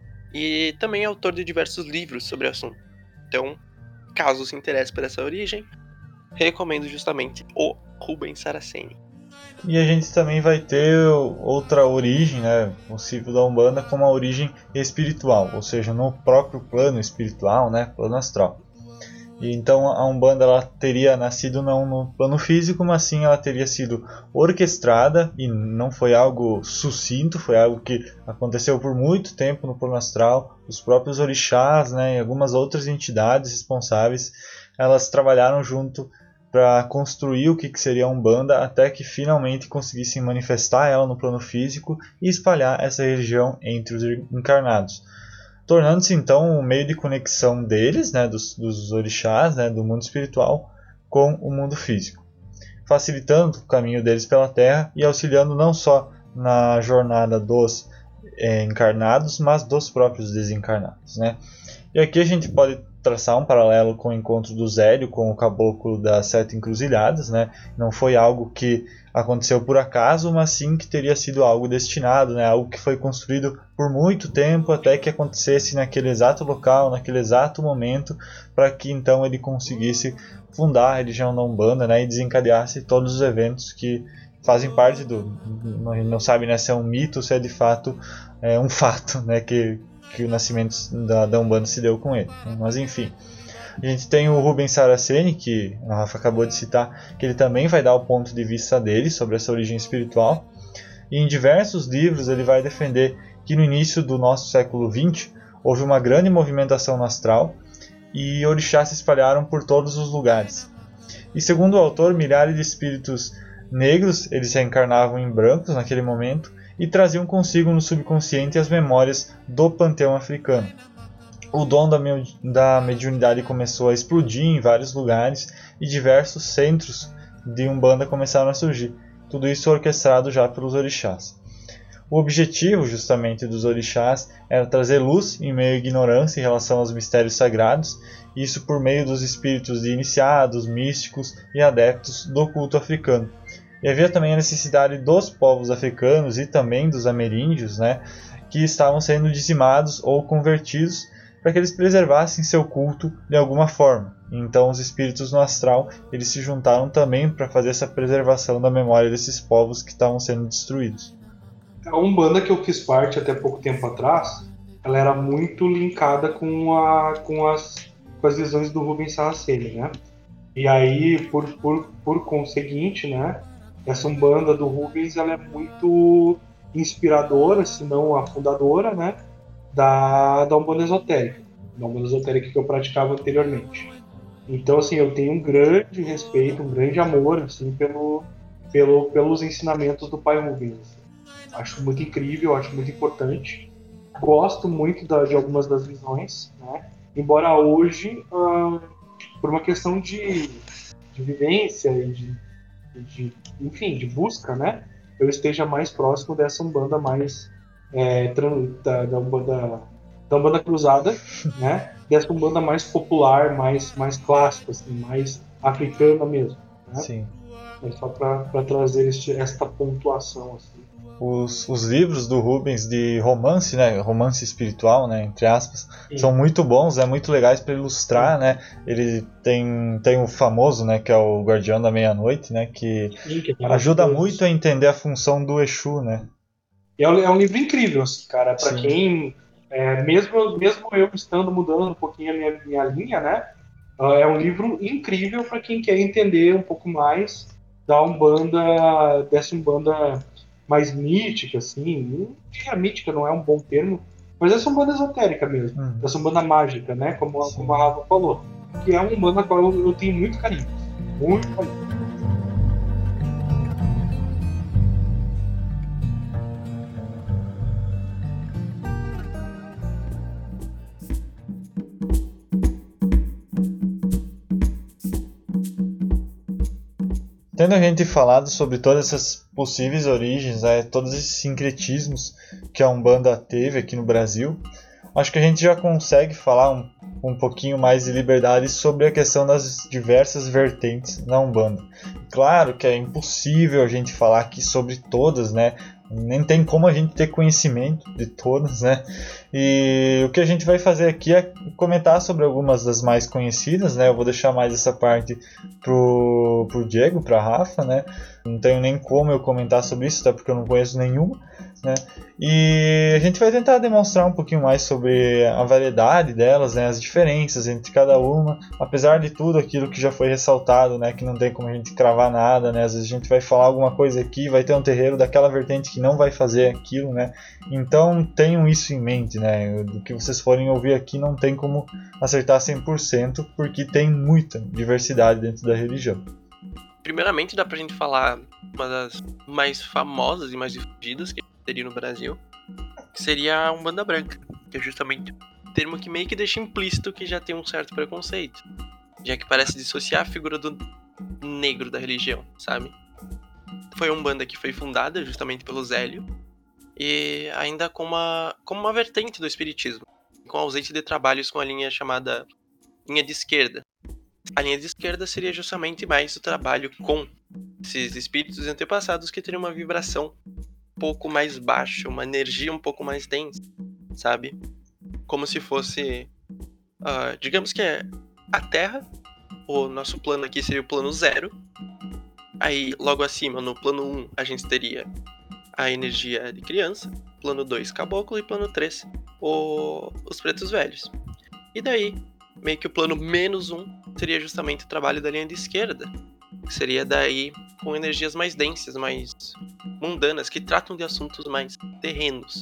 e também é autor de diversos livros sobre o assunto. Então, caso se interesse por essa origem, recomendo justamente o Rubens Saraceni. E a gente também vai ter outra origem, né, possível da Umbanda, como a origem espiritual, ou seja, no próprio plano espiritual, né, plano astral. E então a Umbanda ela teria nascido não no plano físico, mas sim ela teria sido orquestrada, e não foi algo sucinto, foi algo que aconteceu por muito tempo no plano astral. Os próprios orixás, né, e algumas outras entidades responsáveis, elas trabalharam junto para construir o que seria a Umbanda, até que finalmente conseguissem manifestar ela no plano físico e espalhar essa religião entre os encarnados, tornando-se então um meio de conexão deles, né, dos, dos orixás, né, do mundo espiritual com o mundo físico, facilitando o caminho deles pela Terra e auxiliando não só na jornada dos é, encarnados, mas dos próprios desencarnados, né? E aqui a gente pode traçar um paralelo com o encontro do Zélio com o caboclo das Sete Encruzilhadas, né? Não foi algo que aconteceu por acaso, mas sim que teria sido algo destinado, né? Algo que foi construído por muito tempo até que acontecesse naquele exato local, naquele exato momento, para que então ele conseguisse fundar a religião da Umbanda, né? E desencadeasse todos os eventos que fazem parte do... não sabe, né, se é um mito ou se é de fato é, um fato, né? Que que o nascimento da, da Umbanda se deu com ele. Mas enfim, A gente tem o Rubens Saraceni, que a Rafa acabou de citar, que ele também vai dar o ponto de vista dele sobre essa origem espiritual. E em diversos livros ele vai defender que no início do nosso século vinte houve uma grande movimentação no astral e orixás se espalharam por todos os lugares. E segundo o autor, milhares de espíritos negros, eles se reencarnavam em brancos naquele momento e traziam consigo no subconsciente as memórias do panteão africano. O dom da, me- da mediunidade começou a explodir em vários lugares e diversos centros de Umbanda começaram a surgir. Tudo isso orquestrado já pelos orixás. O objetivo, justamente, dos orixás era trazer luz em meio à ignorância em relação aos mistérios sagrados, isso por meio dos espíritos de iniciados, místicos e adeptos do culto africano. E havia também a necessidade dos povos africanos e também dos ameríndios, né, que estavam sendo dizimados ou convertidos para que eles preservassem seu culto de alguma forma. Então os espíritos no astral eles se juntaram também para fazer essa preservação da memória desses povos que estavam sendo destruídos. A Umbanda que eu fiz parte até pouco tempo atrás, ela era muito linkada com, a, com, as, com as visões do Rubens Saraceni, né? E aí, por, por, por conseguinte, né, essa Umbanda do Rubens ela é muito inspiradora, se não a fundadora, né, da, da Umbanda esotérica, da Umbanda esotérica que eu praticava anteriormente. Então, assim, eu tenho um grande respeito, um grande amor, assim, pelo, pelo, pelos ensinamentos do pai Rubens. Acho muito incrível, acho muito importante. Gosto muito da, de algumas das visões, né? Embora hoje, ah, por uma questão de, de vivência e de, de, enfim, de busca, né? Eu esteja mais próximo dessa Umbanda mais é, da, da, Umbanda, da Umbanda cruzada, né? Dessa Umbanda mais popular, mais, mais clássica, assim, mais africana mesmo, né? Sim. É só para trazer este, esta pontuação, assim. Os, os livros do Rubens de romance, né, romance espiritual, né, entre aspas, Sim. são muito bons, é muito legais para ilustrar, né. Ele tem tem o famoso, né, que é o Guardião da Meia-Noite, né, que Sim, que é ajuda maravilhoso. muito a entender a função do Exu, né. E é um, é um livro incrível, assim, cara, para Sim. quem, é, mesmo, mesmo eu estando mudando um pouquinho a minha, minha linha, né, ah, é um livro incrível para quem quer entender um pouco mais da Umbanda, dessa Umbanda mais mítica, assim, a mítica não é um bom termo, mas essa Umbanda esotérica mesmo, Uhum. essa Umbanda mágica, né, como, a- Sim. como a Rafa falou, que é uma Umbanda na qual eu, eu tenho muito carinho, muito carinho. Tendo a gente falado sobre todas essas possíveis origens, né, todos esses sincretismos que a Umbanda teve aqui no Brasil, acho que a gente já consegue falar um, um pouquinho mais de liberdade sobre a questão das diversas vertentes na Umbanda. Claro que é impossível a gente falar aqui sobre todas, né? Nem tem como a gente ter conhecimento de todas, né? E o que a gente vai fazer aqui é comentar sobre algumas das mais conhecidas, né? Eu vou deixar mais essa parte pro, pro Diego, pra Rafa, né? Não tenho nem como eu comentar sobre isso, até porque eu não conheço nenhuma, né? E a gente vai tentar demonstrar um pouquinho mais sobre a variedade delas, né? As diferenças entre cada uma, apesar de tudo aquilo que já foi ressaltado, né? Que não tem como a gente cravar nada, né? Às vezes a gente vai falar alguma coisa aqui, vai ter um terreiro daquela vertente que não vai fazer aquilo, né? Então tenham isso em mente, né? Do que vocês forem ouvir aqui não tem como acertar cem por cento, porque tem muita diversidade dentro da religião. Primeiramente, dá pra gente falar uma das mais famosas e mais difundidas que teria no Brasil, que seria a Umbanda Branca, que é justamente um termo que meio que deixa implícito que já tem um certo preconceito, já que parece dissociar a figura do negro da religião, sabe? Foi uma Umbanda que foi fundada justamente pelo Zélio, e ainda como uma, como uma vertente do espiritismo, com ausência de trabalhos com a linha chamada linha de esquerda. A linha de esquerda seria justamente mais o trabalho com esses espíritos antepassados que teriam uma vibração um pouco mais baixa, uma energia um pouco mais densa, sabe? Como se fosse, uh, digamos que é a Terra, o nosso plano aqui seria o plano zero. Aí logo acima, no plano um, a gente teria a energia de criança, plano dois, caboclo, e plano três, o... os pretos velhos. E daí, meio que o plano menos um seria justamente o trabalho da linha de esquerda, que seria daí com energias mais densas, mais mundanas, que tratam de assuntos mais terrenos.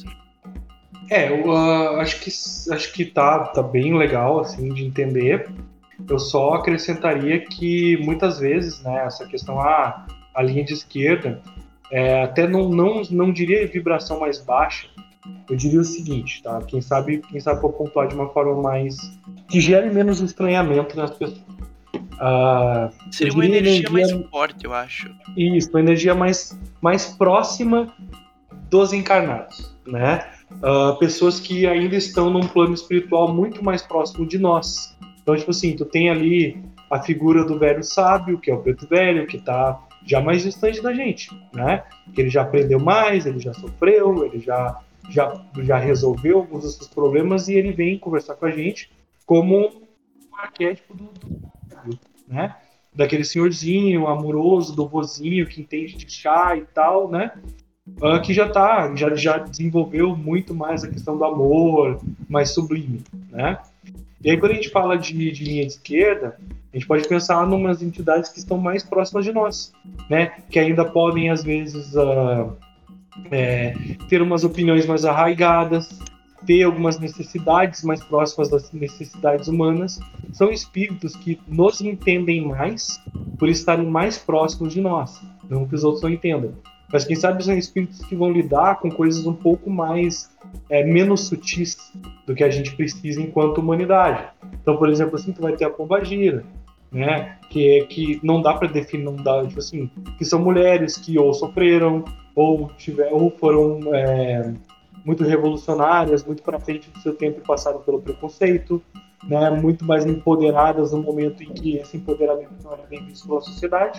É, eu uh, acho que, acho que tá, tá bem legal, assim, de entender. Eu só acrescentaria que, muitas vezes, né, essa questão, ah, a linha de esquerda, é, até não, não, não diria vibração mais baixa, eu diria o seguinte, tá? Quem sabe, quem sabe for pontuar de uma forma mais... que gere menos estranhamento nas pessoas. Uh, Seria uma energia, energia mais forte, eu acho. Isso, uma energia mais, mais próxima dos encarnados, né? Uh, pessoas que ainda estão num plano espiritual muito mais próximo de nós. Então, tipo assim, tu tem ali a figura do velho sábio, que é o preto velho, que tá já mais distante da gente, né? Que ele já aprendeu mais, ele já sofreu, ele já, já, já resolveu alguns dos seus problemas e ele vem conversar com a gente como um arquétipo do, do né? Daquele senhorzinho amoroso, do vozinho que entende de chá e tal, né? Uh, que já tá, já, já desenvolveu muito mais a questão do amor, mais sublime, né? E aí quando a gente fala de, de linha de esquerda, a gente pode pensar em umas entidades que estão mais próximas de nós, né? Que ainda podem, às vezes, uh, é, ter umas opiniões mais arraigadas, ter algumas necessidades mais próximas das necessidades humanas. São espíritos que nos entendem mais por estarem mais próximos de nós, não que os outros não entendam. Mas quem sabe são espíritos que vão lidar com coisas um pouco mais, é, menos sutis do que a gente precisa enquanto humanidade. Então, por exemplo, assim, tu vai ter a pombagira, né? Que, que não dá para definir, não dá, tipo assim, que são mulheres que ou sofreram, ou, tiver, ou foram é, muito revolucionárias, muito para frente do seu tempo e passaram pelo preconceito, né? Muito mais empoderadas no momento em que esse empoderamento não era bem visto pela sociedade.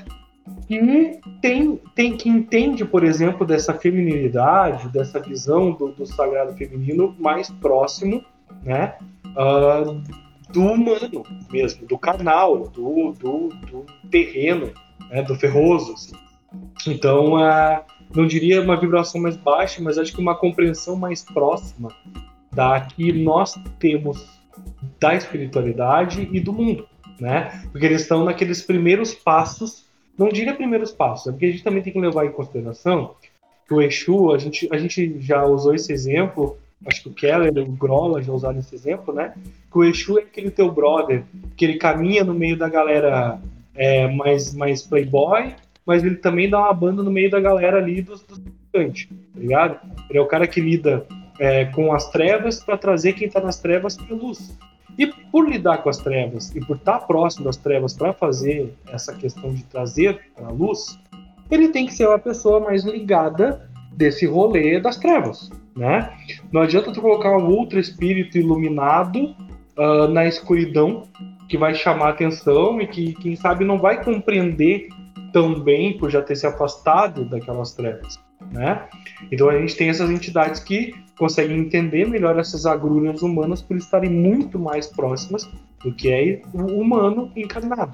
E tem, tem que entende, por exemplo, dessa feminilidade, dessa visão do, do sagrado feminino mais próximo, né, uh, do humano mesmo, do carnal, do, do, do terreno, né, do ferroso. Assim. Então, uh, não diria uma vibração mais baixa, mas acho que uma compreensão mais próxima da que nós temos da espiritualidade e do mundo, né? Porque eles estão naqueles primeiros passos. Não diria primeiros passos, porque a gente também tem que levar em consideração que o Exu, a gente, a gente já usou esse exemplo, acho que o Keller e o Grola já usaram esse exemplo, né? Que o Exu é aquele teu brother, que ele caminha no meio da galera é, mais, mais playboy, mas ele também dá uma banda no meio da galera ali dos traficantes, tá ligado? Ele é o cara que lida é, com as trevas para trazer quem tá nas trevas pra luz. E por lidar com as trevas e por estar próximo das trevas para fazer essa questão de trazer para a luz, ele tem que ser uma pessoa mais ligada desse rolê das trevas, né? Não adianta tu colocar um outro espírito iluminado uh, na escuridão que vai chamar atenção e que, quem sabe, não vai compreender tão bem por já ter se afastado daquelas trevas, né? Então a gente tem essas entidades que conseguem entender melhor essas agruras humanas por estarem muito mais próximas do que é o humano encarnado.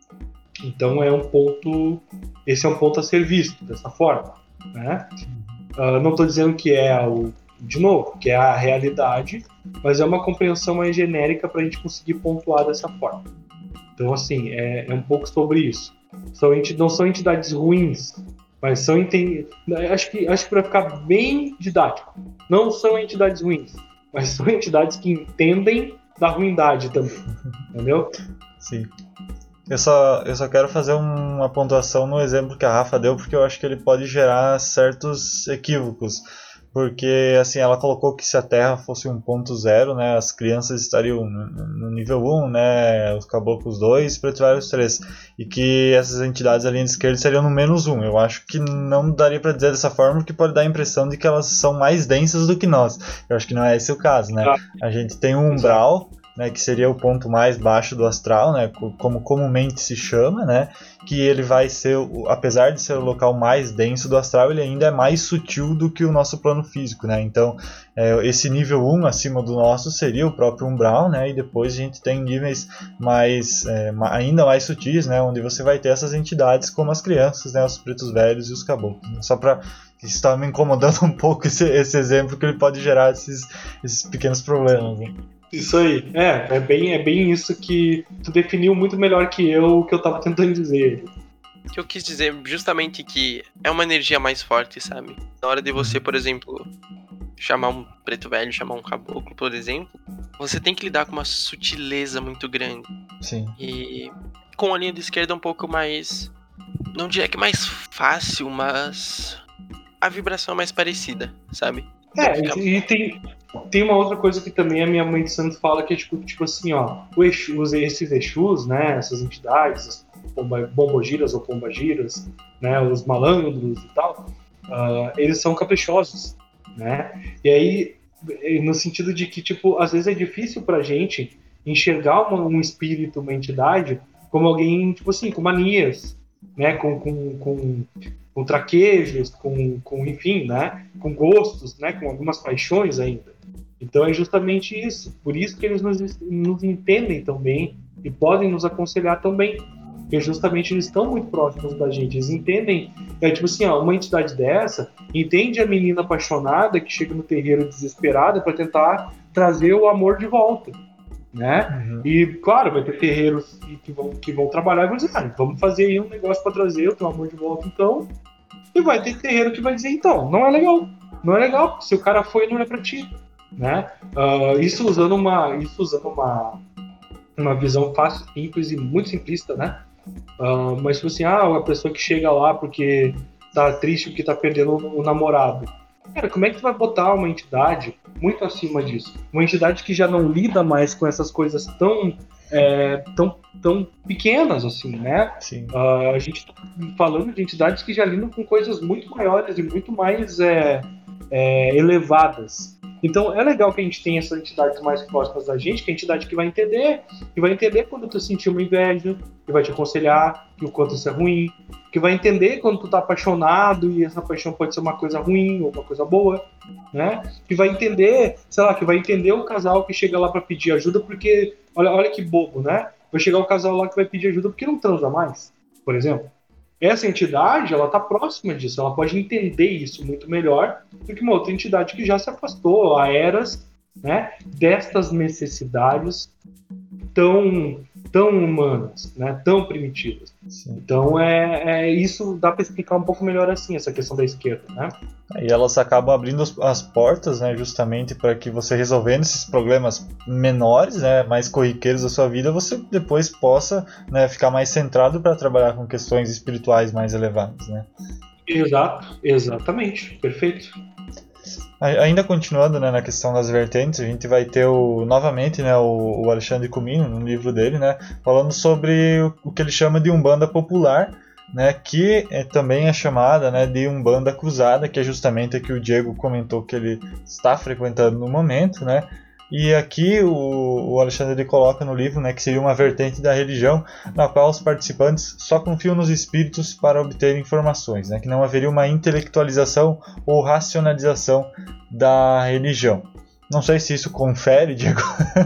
Então é um ponto, esse é um ponto a ser visto dessa forma, né? Uh, não estou dizendo que é o, de novo, que é a realidade, mas é uma compreensão mais genérica para a gente conseguir pontuar dessa forma. Então assim, é, é um pouco sobre isso. São enti- não são entidades ruins, mas são enten- acho que acho que para ficar bem didático, não são entidades ruins, mas são entidades que entendem da ruindade também, entendeu? Sim. Eu só, eu só quero fazer uma pontuação no exemplo que a Rafa deu, porque eu acho que ele pode gerar certos equívocos. Porque, assim, ela colocou que se a Terra fosse um ponto zero, né, as crianças estariam no, no nível um, né, os caboclos dois, preto velho três. E que essas entidades ali de esquerda seriam no menos um. Eu acho que não daria para dizer dessa forma, porque pode dar a impressão de que elas são mais densas do que nós. Eu acho que não é esse o caso, né? A gente tem um umbral, né, que seria o ponto mais baixo do astral, né, como comumente se chama, né, que ele vai ser, apesar de ser o local mais denso do astral, ele ainda é mais sutil do que o nosso plano físico, né, então é, esse nível um acima do nosso seria o próprio umbral, né, e depois a gente tem níveis mais, é, ainda mais sutis, né, onde você vai ter essas entidades como as crianças, né, os pretos velhos e os caboclos, né, só para está me incomodando um pouco esse, esse exemplo, que ele pode gerar esses, esses pequenos problemas, né? Isso aí. É, é bem, é bem isso que tu definiu muito melhor que eu o que eu tava tentando dizer. O que eu quis dizer justamente que é uma energia mais forte, sabe? Na hora de você, por exemplo, chamar um preto velho, chamar um caboclo, por exemplo, você tem que lidar com uma sutileza muito grande. Sim. E com a linha de esquerda um pouco mais... Não diria que mais fácil, mas... a vibração é mais parecida, sabe? É, Então, fica... e tem, tem uma outra coisa que também a minha mãe de santo fala, que é tipo, tipo assim, ó, o Exu, os- esses Exus, né, essas entidades, as pomba- bombogiras ou pombagiras, né, os malandros e tal, ah, eles são caprichosos, né? E aí, eh, no sentido de que, tipo, às vezes é difícil pra gente enxergar uma- um espírito, uma entidade, como alguém, tipo assim, com manias, né, com, com, com, com traquejos, com, com, enfim, né, com gostos, né, com algumas paixões ainda. Então é justamente isso. Por isso que eles nos, nos entendem tão bem e podem nos aconselhar tão bem. Porque justamente eles estão muito próximos da gente. Eles entendem, é tipo assim, ó, uma entidade dessa entende a menina apaixonada que chega no terreiro desesperada para tentar trazer o amor de volta, né? Uhum. E claro, vai ter terreiros que, que vão, que vão trabalhar e vão dizer, ah, vamos fazer aí um negócio para trazer o teu amor de volta, então. E vai ter terreiro que vai dizer, então, não é legal, não é legal, se o cara foi, não é para ti, né? Ah, isso usando uma, isso usando uma, uma visão fácil, simples e muito simplista, né? Ah, mas tipo assim, ah, a pessoa que chega lá porque tá triste porque tá perdendo o namorado. Cara, como é que tu vai botar uma entidade muito acima disso? Uma entidade que já não lida mais com essas coisas tão, é, tão, tão pequenas, assim, né? Sim. Uh, a gente tá falando de entidades que já lidam com coisas muito maiores e muito mais é, é, elevadas. Então é legal que a gente tenha essas entidades mais próximas da gente, que é a entidade que vai entender, que vai entender quando tu sentir uma inveja, que vai te aconselhar que o quanto isso é ruim, que vai entender quando tu tá apaixonado e essa paixão pode ser uma coisa ruim ou uma coisa boa, né? Que vai entender, sei lá, que vai entender o casal que chega lá para pedir ajuda porque, olha, olha que bobo, né? Vai chegar o casal lá que vai pedir ajuda porque não transa mais, por exemplo. Essa entidade, ela tá próxima disso, ela pode entender isso muito melhor do que uma outra entidade que já se afastou há eras, né, destas necessidades tão, tão humanas, né, tão primitivas. Sim. Então, é, é isso dá para explicar um pouco melhor assim, essa questão da esquerda, né? E elas acabam abrindo as- as portas, né, justamente para que você, resolvendo esses problemas menores, né, mais corriqueiros da sua vida, você depois possa, né, ficar mais centrado para trabalhar com questões espirituais mais elevadas, né? Exato, exatamente, perfeito. A- Ainda continuando, né, na questão das vertentes, a gente vai ter o, novamente, né, o, o Alexandre Comino, no livro dele, né, falando sobre o, o que ele chama de Umbanda Popular, né, que é, também é chamada, né, de Umbanda Cruzada, que é justamente a que o Diego comentou que ele está frequentando no momento, né, e aqui o, o Alexandre ele coloca no livro, né, que seria uma vertente da religião na qual os participantes só confiam nos espíritos para obter informações, né, que não haveria uma intelectualização ou racionalização da religião. Não sei se isso confere, Diego.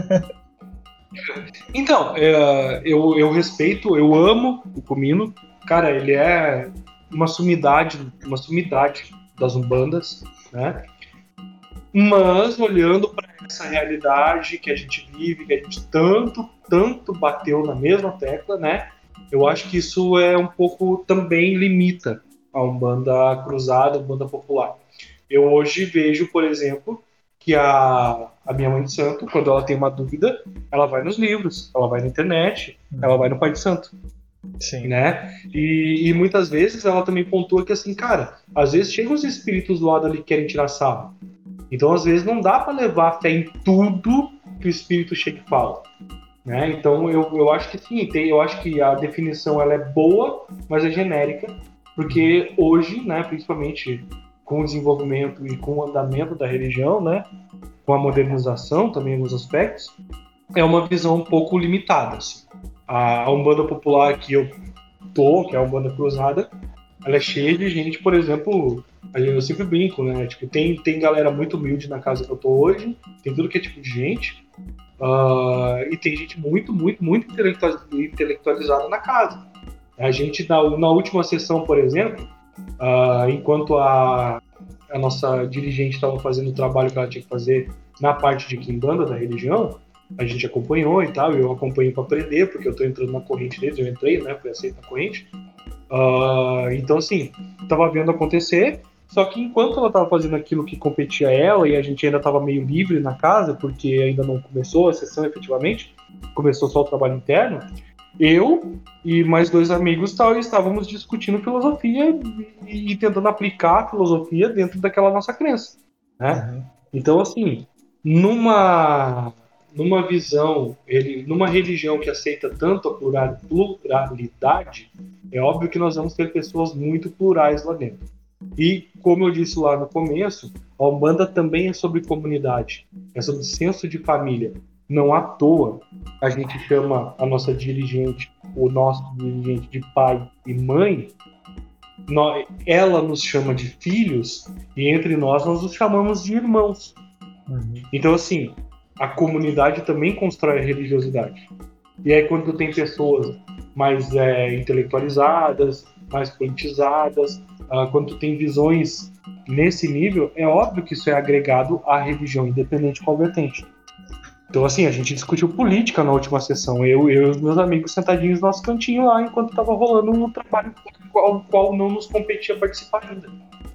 Então, é, eu, eu respeito, eu amo o Comino. Cara, ele é uma sumidade, uma sumidade das umbandas, né? Mas olhando para essa realidade que a gente vive, que a gente tanto, tanto bateu na mesma tecla, né? Eu acho que isso é um pouco também limita a Umbanda cruzada, a Umbanda popular. Eu hoje vejo, por exemplo, que a, a minha mãe de santo, quando ela tem uma dúvida, ela vai nos livros, ela vai na internet, ela vai no Pai de Santo, Sim. né? E, e muitas vezes ela também pontua que assim, cara, às vezes chegam os espíritos do lado ali que querem tirar sarro. Então, às vezes, não dá para levar fé em tudo que o espírito chega e fala, né? Então, eu, eu acho que sim, tem, eu acho que a definição ela é boa, mas é genérica, porque hoje, né, principalmente com o desenvolvimento e com o andamento da religião, né, com a modernização também em alguns aspectos, é uma visão um pouco limitada. Assim. A, a Umbanda popular que eu tô, que é a Umbanda Cruzada, ela é cheia de gente, por exemplo, eu sempre brinco, né? Tipo, tem, tem galera muito humilde na casa que eu tô hoje, tem tudo que é tipo de gente, uh, e tem gente muito, muito, muito intelectualizada na casa. A gente, na, na última sessão, por exemplo, uh, enquanto a, a nossa dirigente estava fazendo o trabalho que ela tinha que fazer na parte de Quimbanda, da religião, a gente acompanhou e tal, e eu acompanhei para aprender, porque eu tô entrando na corrente deles, eu entrei, né, fui aceito na corrente. Uh, então, assim, tava vendo acontecer, só que enquanto ela tava fazendo aquilo que competia a ela, e a gente ainda tava meio livre na casa, porque ainda não começou a sessão efetivamente, começou só o trabalho interno, eu e mais dois amigos tal, estávamos discutindo filosofia e, e tentando aplicar a filosofia dentro daquela nossa crença, né? Uhum. Então, assim, numa, numa visão, ele, numa religião que aceita tanto a plural- pluralidade, é óbvio que nós vamos ter pessoas muito plurais lá dentro. E, como eu disse lá no começo, a Umbanda também é sobre comunidade, é sobre senso de família. Não à toa a gente chama a nossa dirigente, o nosso dirigente de pai e mãe, nós, ela nos chama de filhos, e entre nós nós nos chamamos de irmãos. Uhum. Então, assim, a comunidade também constrói a religiosidade. E aí, quando tem pessoas mais é, intelectualizadas, mais politizadas, uh, quando tem visões nesse nível, é óbvio que isso é agregado à religião, independente de qual vertente. Então, assim, a gente discutiu política na última sessão, eu, eu e os meus amigos sentadinhos no nosso cantinho lá, enquanto estava rolando um trabalho ao qual não nos competia participar ainda.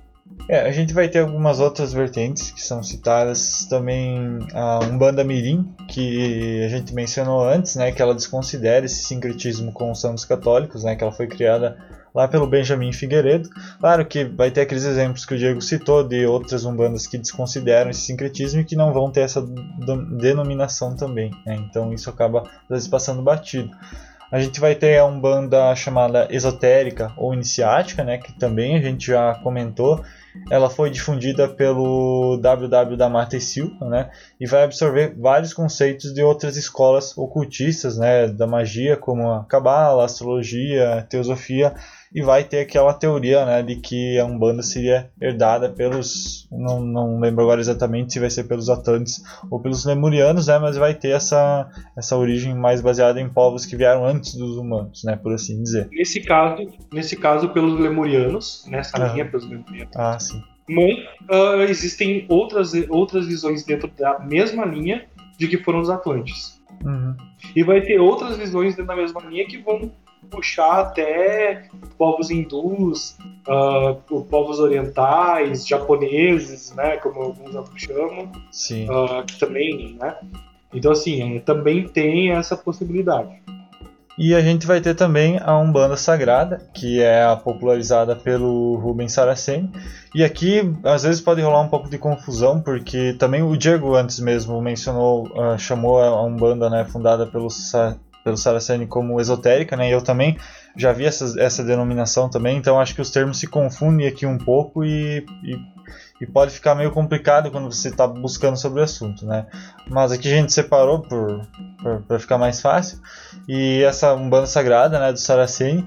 É, a gente vai ter algumas outras vertentes que são citadas também, a Umbanda Mirim, que a gente mencionou antes, né, que ela desconsidera esse sincretismo com os santos católicos, né, que ela foi criada lá pelo Benjamin Figueiredo. Claro que vai ter aqueles exemplos que o Diego citou de outras umbandas que desconsideram esse sincretismo e que não vão ter essa denominação também, né, então isso acaba às vezes passando batido. A gente vai ter a umbanda chamada esotérica ou iniciática, né, que também a gente já comentou. Ela foi difundida pelo W W da Mata e Silva, né, e vai absorver vários conceitos de outras escolas ocultistas, né, da magia, como a cabala, a astrologia, a teosofia, e vai ter aquela teoria, né, de que a Umbanda seria herdada pelos, não, não lembro agora exatamente se vai ser pelos Atlantes ou pelos Lemurianos, né, mas vai ter essa, essa origem mais baseada em povos que vieram antes dos humanos, né, por assim dizer. Nesse caso, nesse caso pelos Lemurianos, nessa Uhum. linha pelos Lemurianos. Ah, sim. Mas uh, existem outras, outras visões dentro da mesma linha de que foram os Atlantes. Uhum. E vai ter outras visões dentro da mesma linha que vão puxar até povos hindus, uh, povos orientais, japoneses, né, como alguns chamam, Sim. uh, que também, né? Então, assim, também tem essa possibilidade. E a gente vai ter também a Umbanda Sagrada, que é a popularizada pelo Rubens Saraceni. E aqui, às vezes, pode rolar um pouco de confusão, porque também o Diego antes mesmo mencionou, uh, chamou a Umbanda, né, fundada pelo, Sa- pelo Saraceni como esotérica, né, e eu também já vi essa, essa denominação também, então acho que os termos se confundem aqui um pouco e... e E pode ficar meio complicado quando você está buscando sobre o assunto, né? Mas aqui a gente separou para ficar mais fácil. E essa Umbanda Sagrada, né, do Saraceni,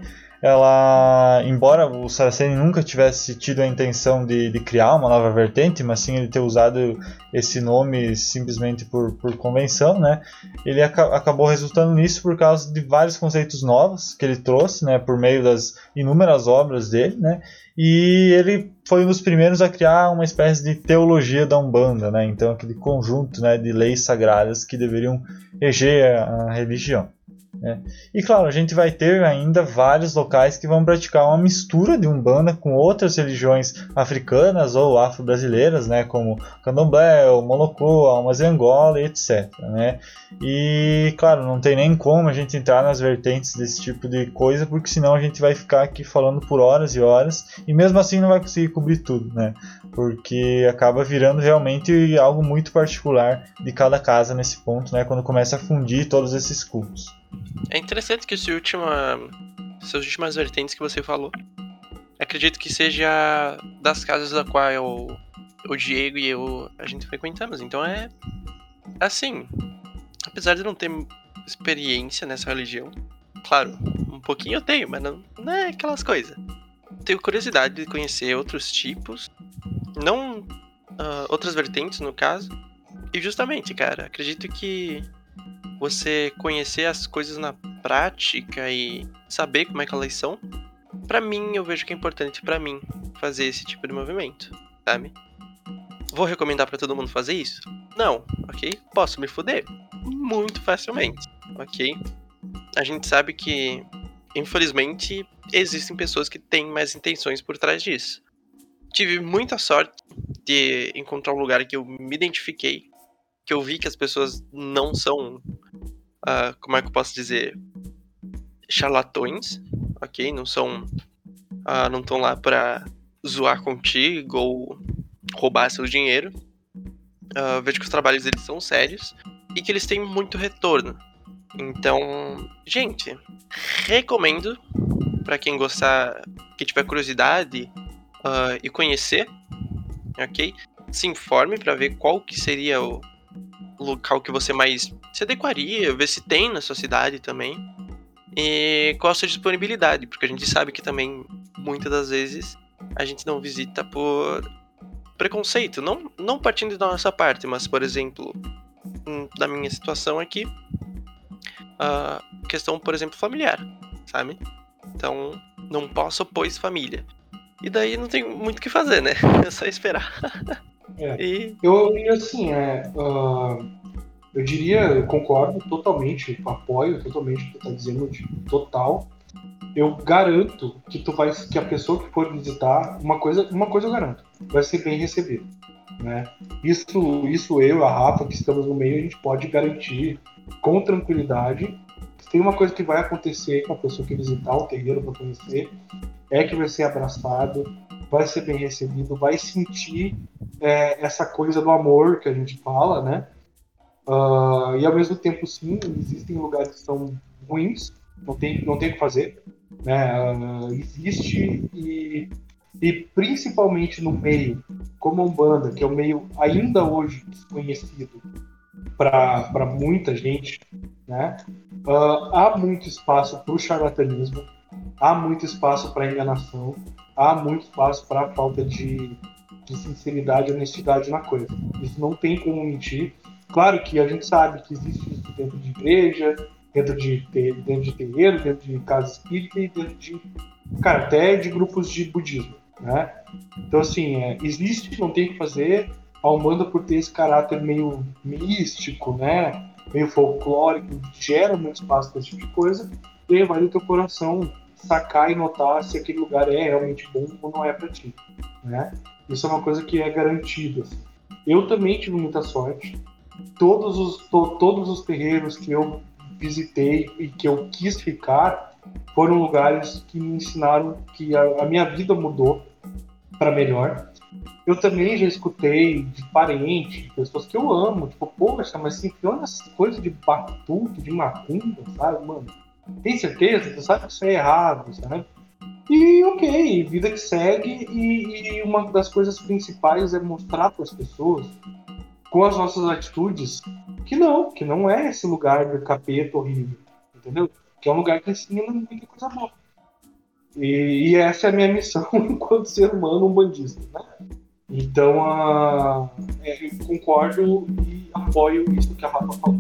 ela, embora o Saraceni nunca tivesse tido a intenção de, de criar uma nova vertente, mas sim ele ter usado esse nome simplesmente por, por convenção, né? Ele aca- acabou resultando nisso por causa de vários conceitos novos que ele trouxe, né, por meio das inúmeras obras dele, né? E ele foi um dos primeiros a criar uma espécie de teologia da Umbanda, né? Então aquele conjunto, né, de leis sagradas que deveriam reger a, a religião, né? E claro, a gente vai ter ainda vários locais que vão praticar uma mistura de Umbanda com outras religiões africanas ou afro-brasileiras, né, como Candomblé, o Molocô, a Almas de Angola, etcétera, né? E claro, não tem nem como a gente entrar nas vertentes desse tipo de coisa, porque senão a gente vai ficar aqui falando por horas e horas, e mesmo assim não vai conseguir cobrir tudo, né? Porque acaba virando realmente algo muito particular de cada casa nesse ponto, né, quando começa a fundir todos esses cultos. É interessante que esse última, essas últimas vertentes que você falou, acredito que seja das casas da qual eu, o Diego e eu a gente frequentamos. Então é assim, apesar de não ter experiência nessa religião, claro, um pouquinho eu tenho, mas não, não é aquelas coisas. Tenho curiosidade de conhecer outros tipos, não uh, outras vertentes no caso. E justamente, cara, acredito que você conhecer as coisas na prática e saber como é que elas são, pra mim, eu vejo que é importante pra mim fazer esse tipo de movimento, sabe? Vou recomendar pra todo mundo fazer isso? Não, ok? Posso me fuder? muito facilmente, ok? A gente sabe que, infelizmente, existem pessoas que têm mais intenções por trás disso. Tive muita sorte de encontrar um lugar que eu me identifiquei, que eu vi que as pessoas não são, uh, como é que eu posso dizer, charlatões, ok? Não são, uh, não estão lá pra zoar contigo ou roubar seu dinheiro. Uh, vejo que os trabalhos deles são sérios e que eles têm muito retorno. Então, gente, recomendo pra quem gostar, que tiver curiosidade uh, e conhecer, ok? Se informe pra ver qual que seria o local que você mais se adequaria, ver se tem na sua cidade também e qual a sua disponibilidade, porque a gente sabe que também muitas das vezes a gente não visita por preconceito, não, não partindo da nossa parte, mas por exemplo, da minha situação aqui, a questão, por exemplo, familiar, sabe? Então, não posso, pois família. E daí não tem muito o que fazer, né? É só esperar. É. E... Eu, e assim, é, uh, eu diria, eu concordo totalmente, apoio totalmente o que tu tá dizendo, tipo, total. Eu garanto que tu vai, que a pessoa que for visitar, uma coisa, uma coisa eu garanto, vai ser bem recebido, né? Isso, isso eu e a Rafa, que estamos no meio, a gente pode garantir com tranquilidade. Tem uma coisa que vai acontecer com a pessoa que visitar o terreiro para conhecer, é que vai ser abraçado, vai ser bem recebido, vai sentir é, essa coisa do amor que a gente fala, né? Uh, e ao mesmo tempo, sim, existem lugares que são ruins, não tem, não tem o que fazer, né? Uh, existe e, e principalmente no meio, como a Umbanda, que é um meio ainda hoje desconhecido para muita gente, né? Uh, há muito espaço para o charlatanismo, há muito espaço para enganação, há muito espaço para a falta de, de sinceridade e honestidade na coisa. Isso não tem como mentir. Claro que a gente sabe que existe isso dentro de igreja, dentro de, dentro de terreiro, dentro de casa espírita e dentro de, cara, até de grupos de budismo, né? Então, assim, é, existe, não tem o que fazer. A Umbanda, por ter esse caráter meio místico, né? Meio folclórico, gera muito espaço para esse tipo de coisa, e vai do teu coração sacar e notar se aquele lugar é realmente bom ou não é para ti, né? Isso é uma coisa que é garantida. Eu também tive muita sorte. Todos os, to, todos os terreiros que eu visitei e que eu quis ficar foram lugares que me ensinaram que a, a minha vida mudou para melhor. Eu também já escutei de parente, pessoas que eu amo, tipo, poxa, mas se enfiou nessas coisas de batuque, de macumba, sabe, mano? Tem certeza? Tu sabe que isso é errado, sabe? E ok, vida que segue, e, e uma das coisas principais é mostrar para as pessoas, com as nossas atitudes, que não, que não é esse lugar de capeta horrível, entendeu? Que é um lugar que ensina muita coisa boa. E, e essa é a minha missão enquanto ser humano umbandista, né? Então, uh, eu concordo e apoio isso que a Rafa falou.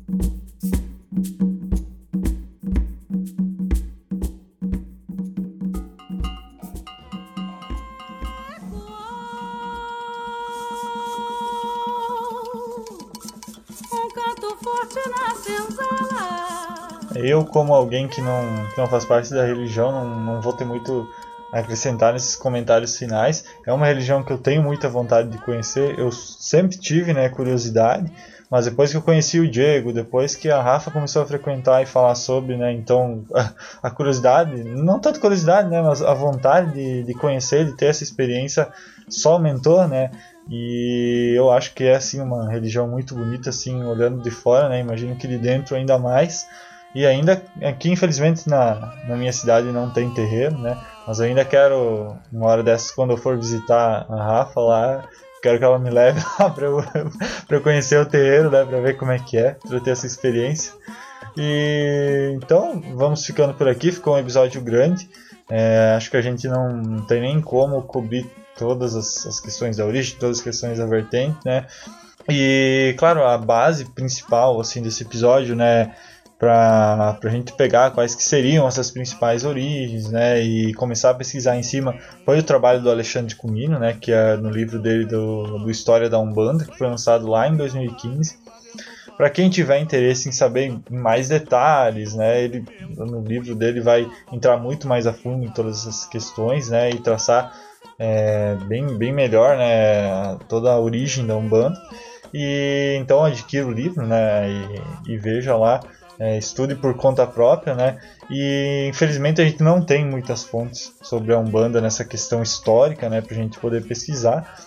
Um canto forte na senzala. Eu, como alguém que não, que não faz parte da religião, não, não vou ter muito a acrescentar nesses comentários finais. É uma religião que eu tenho muita vontade de conhecer. Eu sempre tive, né, curiosidade, mas depois que eu conheci o Diego, depois que a Rafa começou a frequentar e falar sobre, né, então a, a curiosidade, não tanto curiosidade, né, mas a vontade de, de conhecer, de ter essa experiência só aumentou, né. E eu acho que é assim uma religião muito bonita, assim, olhando de fora, né, imagino que de dentro ainda mais. E ainda aqui, infelizmente, na, na minha cidade não tem terreiro, né? Mas eu ainda quero, uma hora dessas, quando eu for visitar a Rafa lá, quero que ela me leve lá pra eu, pra eu conhecer o terreiro, né? Pra ver como é que é, pra ter essa experiência. E então, vamos ficando por aqui, ficou um episódio grande. É, acho que a gente não, não tem nem como cobrir todas as, as questões da origem, todas as questões da vertente, né? E, claro, a base principal, assim, desse episódio, né? Para a gente pegar quais que seriam essas principais origens, né, e começar a pesquisar em cima, foi o trabalho do Alexandre Comino, né, que é no livro dele do, do História da Umbanda, que foi lançado lá em dois mil e quinze. para quem tiver interesse em saber em mais detalhes, né, ele, no livro dele vai entrar muito mais a fundo em todas essas questões, né, e traçar é, bem, bem melhor, né, toda a origem da Umbanda. E então adquira o livro, né, e, e veja lá, é, estude por conta própria, né, e infelizmente a gente não tem muitas fontes sobre a Umbanda nessa questão histórica, né, para a gente poder pesquisar.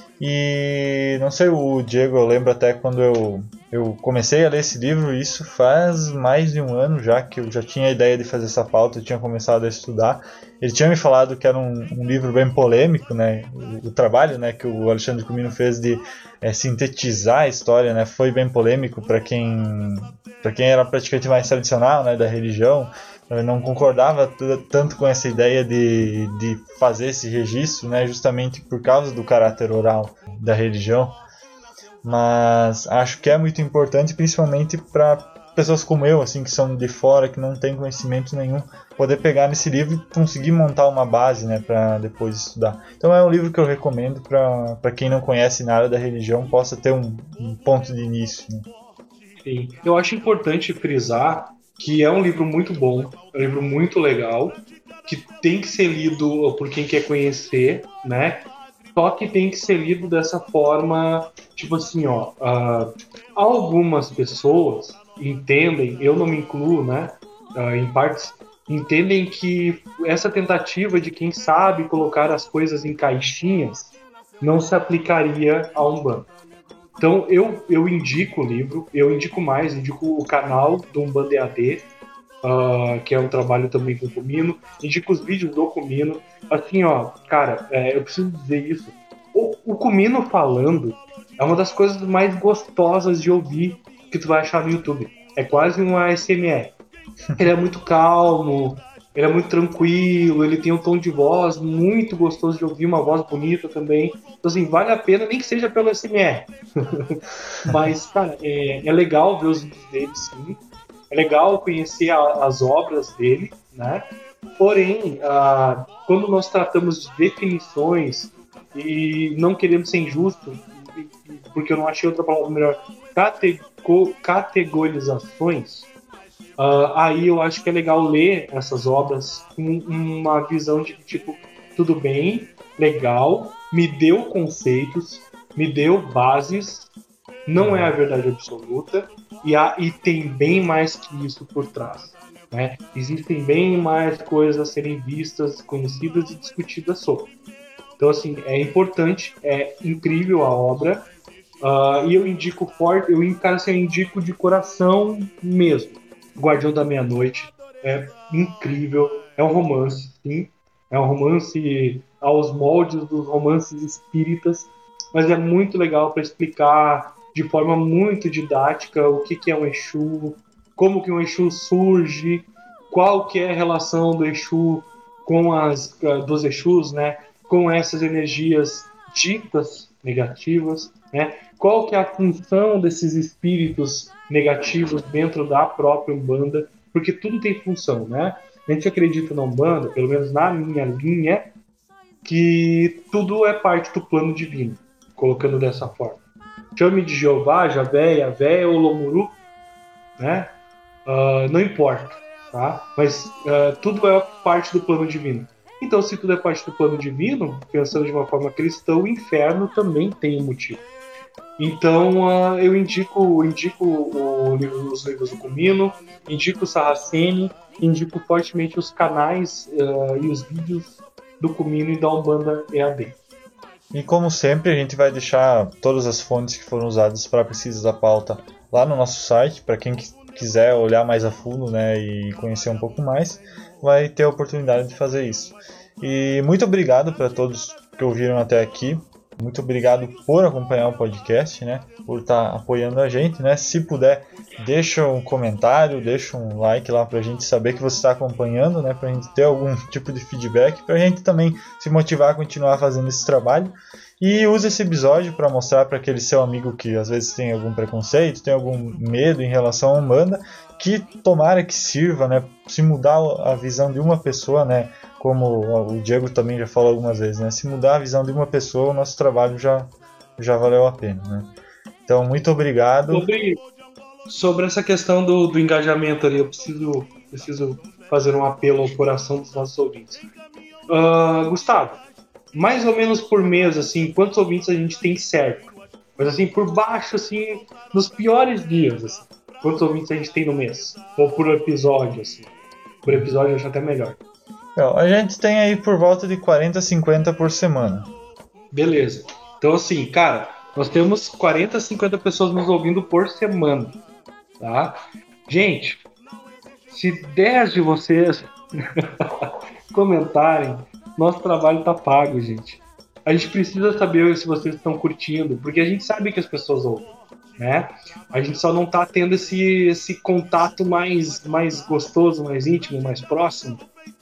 E não sei, o Diego, eu lembro até quando eu, eu comecei a ler esse livro, isso faz mais de um ano já que eu já tinha a ideia de fazer essa pauta, eu tinha começado a estudar. Ele tinha me falado que era um, um livro bem polêmico, né? O, o trabalho, né, que o Alexandre Comino fez de é, sintetizar a história, né, foi bem polêmico para quem, para quem era praticante mais tradicional, né, da religião. Eu não concordava t- tanto com essa ideia de, de fazer esse registro, né, justamente por causa do caráter oral da religião, mas acho que é muito importante, principalmente para pessoas como eu, assim, que são de fora, que não têm conhecimento nenhum, poder pegar nesse livro e conseguir montar uma base, né, para depois estudar. Então é um livro que eu recomendo para quem não conhece nada da religião, possa ter um, um ponto de início, né. Sim. Eu acho importante frisar que é um livro muito bom, é um livro muito legal, que tem que ser lido por quem quer conhecer, né? Só que tem que ser lido dessa forma, tipo assim, ó, uh, algumas pessoas entendem, eu não me incluo, né, uh, em partes, entendem que essa tentativa de quem sabe colocar as coisas em caixinhas não se aplicaria a Umbanda. Então eu, eu indico o livro, eu indico mais, indico o canal do Umbanda E A D, uh, que é um trabalho também com o Comino, indico os vídeos do Comino. Assim, ó, cara, é, eu preciso dizer isso. O, o Comino falando é uma das coisas mais gostosas de ouvir que tu vai achar no YouTube. É quase um A S M R. Ele é muito calmo, ele é muito tranquilo, ele tem um tom de voz muito gostoso de ouvir, uma voz bonita também. Então, assim, vale a pena, nem que seja pelo A S M R. Mas, cara, é, é legal ver os vídeos dele, sim. É legal conhecer a, as obras dele, né? Porém, ah, quando nós tratamos de definições, e não querendo ser injusto, porque eu não achei outra palavra melhor, catego- categorizações, Uh, aí eu acho que é legal ler essas obras com uma visão de tipo, tudo bem, legal, me deu conceitos, me deu bases, não é a verdade absoluta, e, há, e tem bem mais que isso por trás, né? Existem bem mais coisas a serem vistas, conhecidas e discutidas sobre. Então, assim, é importante, é incrível a obra, uh, e eu indico forte, eu, cara, assim, eu indico de coração mesmo. Guardião da Meia-Noite é incrível, é um romance, sim, é um romance aos moldes dos romances espíritas, mas é muito legal para explicar de forma muito didática o que, que é um Exu, como que um Exu surge, qual que é a relação do Exu com as dos Exus, né, com essas energias ditas negativas, né? Qual que é a função desses espíritos negativos dentro da própria Umbanda, porque tudo tem função, né? A gente acredita na Umbanda, pelo menos na minha linha, que tudo é parte do plano divino, colocando dessa forma. Chame de Jeová, Javé, Yavé ou Lomuru, né? Uh, não importa, tá? Mas uh, tudo é parte do plano divino. Então, se tudo é parte do plano divino, pensando de uma forma cristã, o inferno também tem um motivo. Então, uh, eu indico, indico o livro, os livros do Comino, indico o Sarraceni, indico fortemente os canais uh, e os vídeos do Comino e da Umbanda E A D. E como sempre, a gente vai deixar todas as fontes que foram usadas para a pesquisa da pauta lá no nosso site, para quem quiser olhar mais a fundo, né, e conhecer um pouco mais, vai ter a oportunidade de fazer isso. E muito obrigado para todos que ouviram até aqui. Muito obrigado por acompanhar o podcast, né? Por estar apoiando a gente, né? Se puder, deixa um comentário, deixa um like lá pra gente saber que você está acompanhando, né? Pra gente ter algum tipo de feedback, pra gente também se motivar a continuar fazendo esse trabalho. E use esse episódio para mostrar para aquele seu amigo que às vezes tem algum preconceito, tem algum medo em relação à Umbanda, que tomara que sirva, né? Se mudar a visão de uma pessoa, né? Como o Diego também já falou algumas vezes, né? Se mudar a visão de uma pessoa, o nosso trabalho já, já valeu a pena, né? Então, muito obrigado. Sobre, sobre essa questão do, do engajamento ali, eu preciso, preciso fazer um apelo ao coração dos nossos ouvintes. Uh, Gustavo, mais ou menos por mês, assim, quantos ouvintes a gente tem certo? Mas assim, por baixo, assim, nos piores dias, assim, quantos ouvintes a gente tem no mês? Ou por episódio, assim? Por episódio eu acho até melhor. Então, a gente tem aí por volta de quarenta, cinquenta por semana. Beleza. Então, assim, cara, nós temos quarenta, cinquenta pessoas nos ouvindo por semana, tá? Gente, se dez de vocês comentarem, nosso trabalho tá pago, gente. A gente precisa saber se vocês estão curtindo, porque a gente sabe que as pessoas ouvem, né? A gente só não tá tendo esse, esse contato mais, mais gostoso, mais íntimo, mais próximo.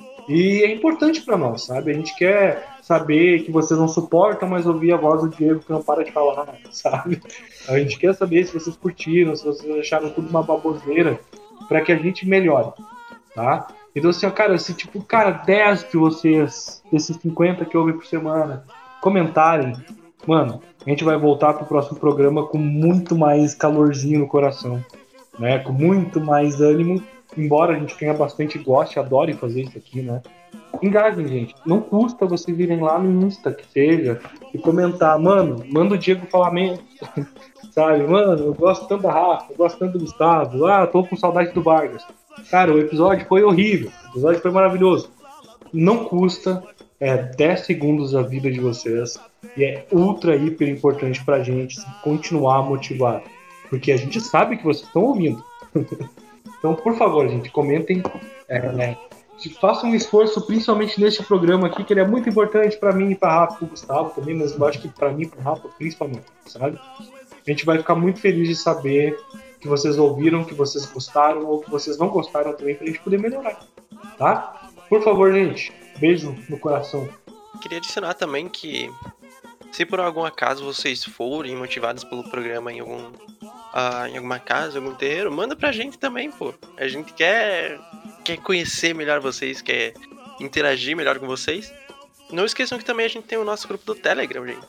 E é importante para nós, sabe? A gente quer saber que vocês não suportam mais ouvir a voz do Diego que não para de falar, sabe? A gente quer saber se vocês curtiram, se vocês acharam tudo uma baboseira, para que a gente melhore, tá? Então, assim, ó, cara, se tipo, cara, dez de vocês, desses cinquenta que ouvem por semana, comentarem, mano, a gente vai voltar pro próximo programa com muito mais calorzinho no coração, né? Com muito mais ânimo. Embora a gente tenha bastante gosto, adore fazer isso aqui, né? Engajem, gente. Não custa vocês virem lá no Insta, que seja, e comentar, mano, manda o Diego falar mesmo. Sabe, mano, eu gosto tanto da Rafa, eu gosto tanto do Gustavo, ah, tô com saudade do Vargas. Cara, o episódio foi horrível, o episódio foi maravilhoso. Não custa, é dez segundos da vida de vocês, e é ultra, hiper importante pra gente continuar motivado. Porque a gente sabe que vocês estão ouvindo. Então, por favor, gente, comentem, é, né, façam um esforço, principalmente neste programa aqui, que ele é muito importante para mim e para Rafa e para o Gustavo também, mas eu acho que para mim e para Rafa principalmente, sabe? A gente vai ficar muito feliz de saber que vocês ouviram, que vocês gostaram ou que vocês não gostaram também, para a gente poder melhorar, tá? Por favor, gente, beijo no coração. Queria adicionar também que, se por algum acaso vocês forem motivados pelo programa em algum Uh, em alguma casa, em algum terreiro, manda pra gente também, pô. A gente quer, quer conhecer melhor vocês, quer interagir melhor com vocês. Não esqueçam que também a gente tem o nosso grupo do Telegram, gente.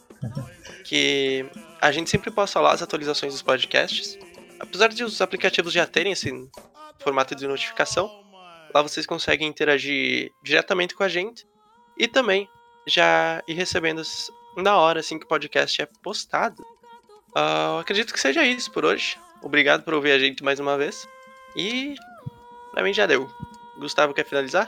Que a gente sempre posta lá as atualizações dos podcasts. Apesar de os aplicativos já terem esse formato de notificação, lá vocês conseguem interagir diretamente com a gente. E também já ir recebendo na hora assim que o podcast é postado. Uh, acredito que seja isso por hoje. Obrigado por ouvir a gente mais uma vez. E pra mim já deu. Gustavo, quer finalizar?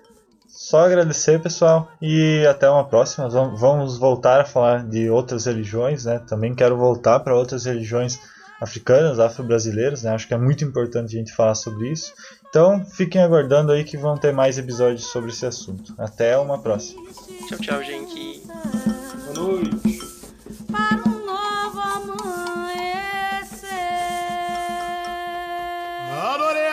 Só agradecer, pessoal, e até uma próxima. Vamos voltar a falar de outras religiões, né? Também quero voltar para outras religiões africanas, afro-brasileiras, né? Acho que é muito importante a gente falar sobre isso. Então, fiquem aguardando aí que vão ter mais episódios sobre esse assunto. Até uma próxima. Tchau, tchau, gente. Boa noite. Para um novo amanhecer. Adorei!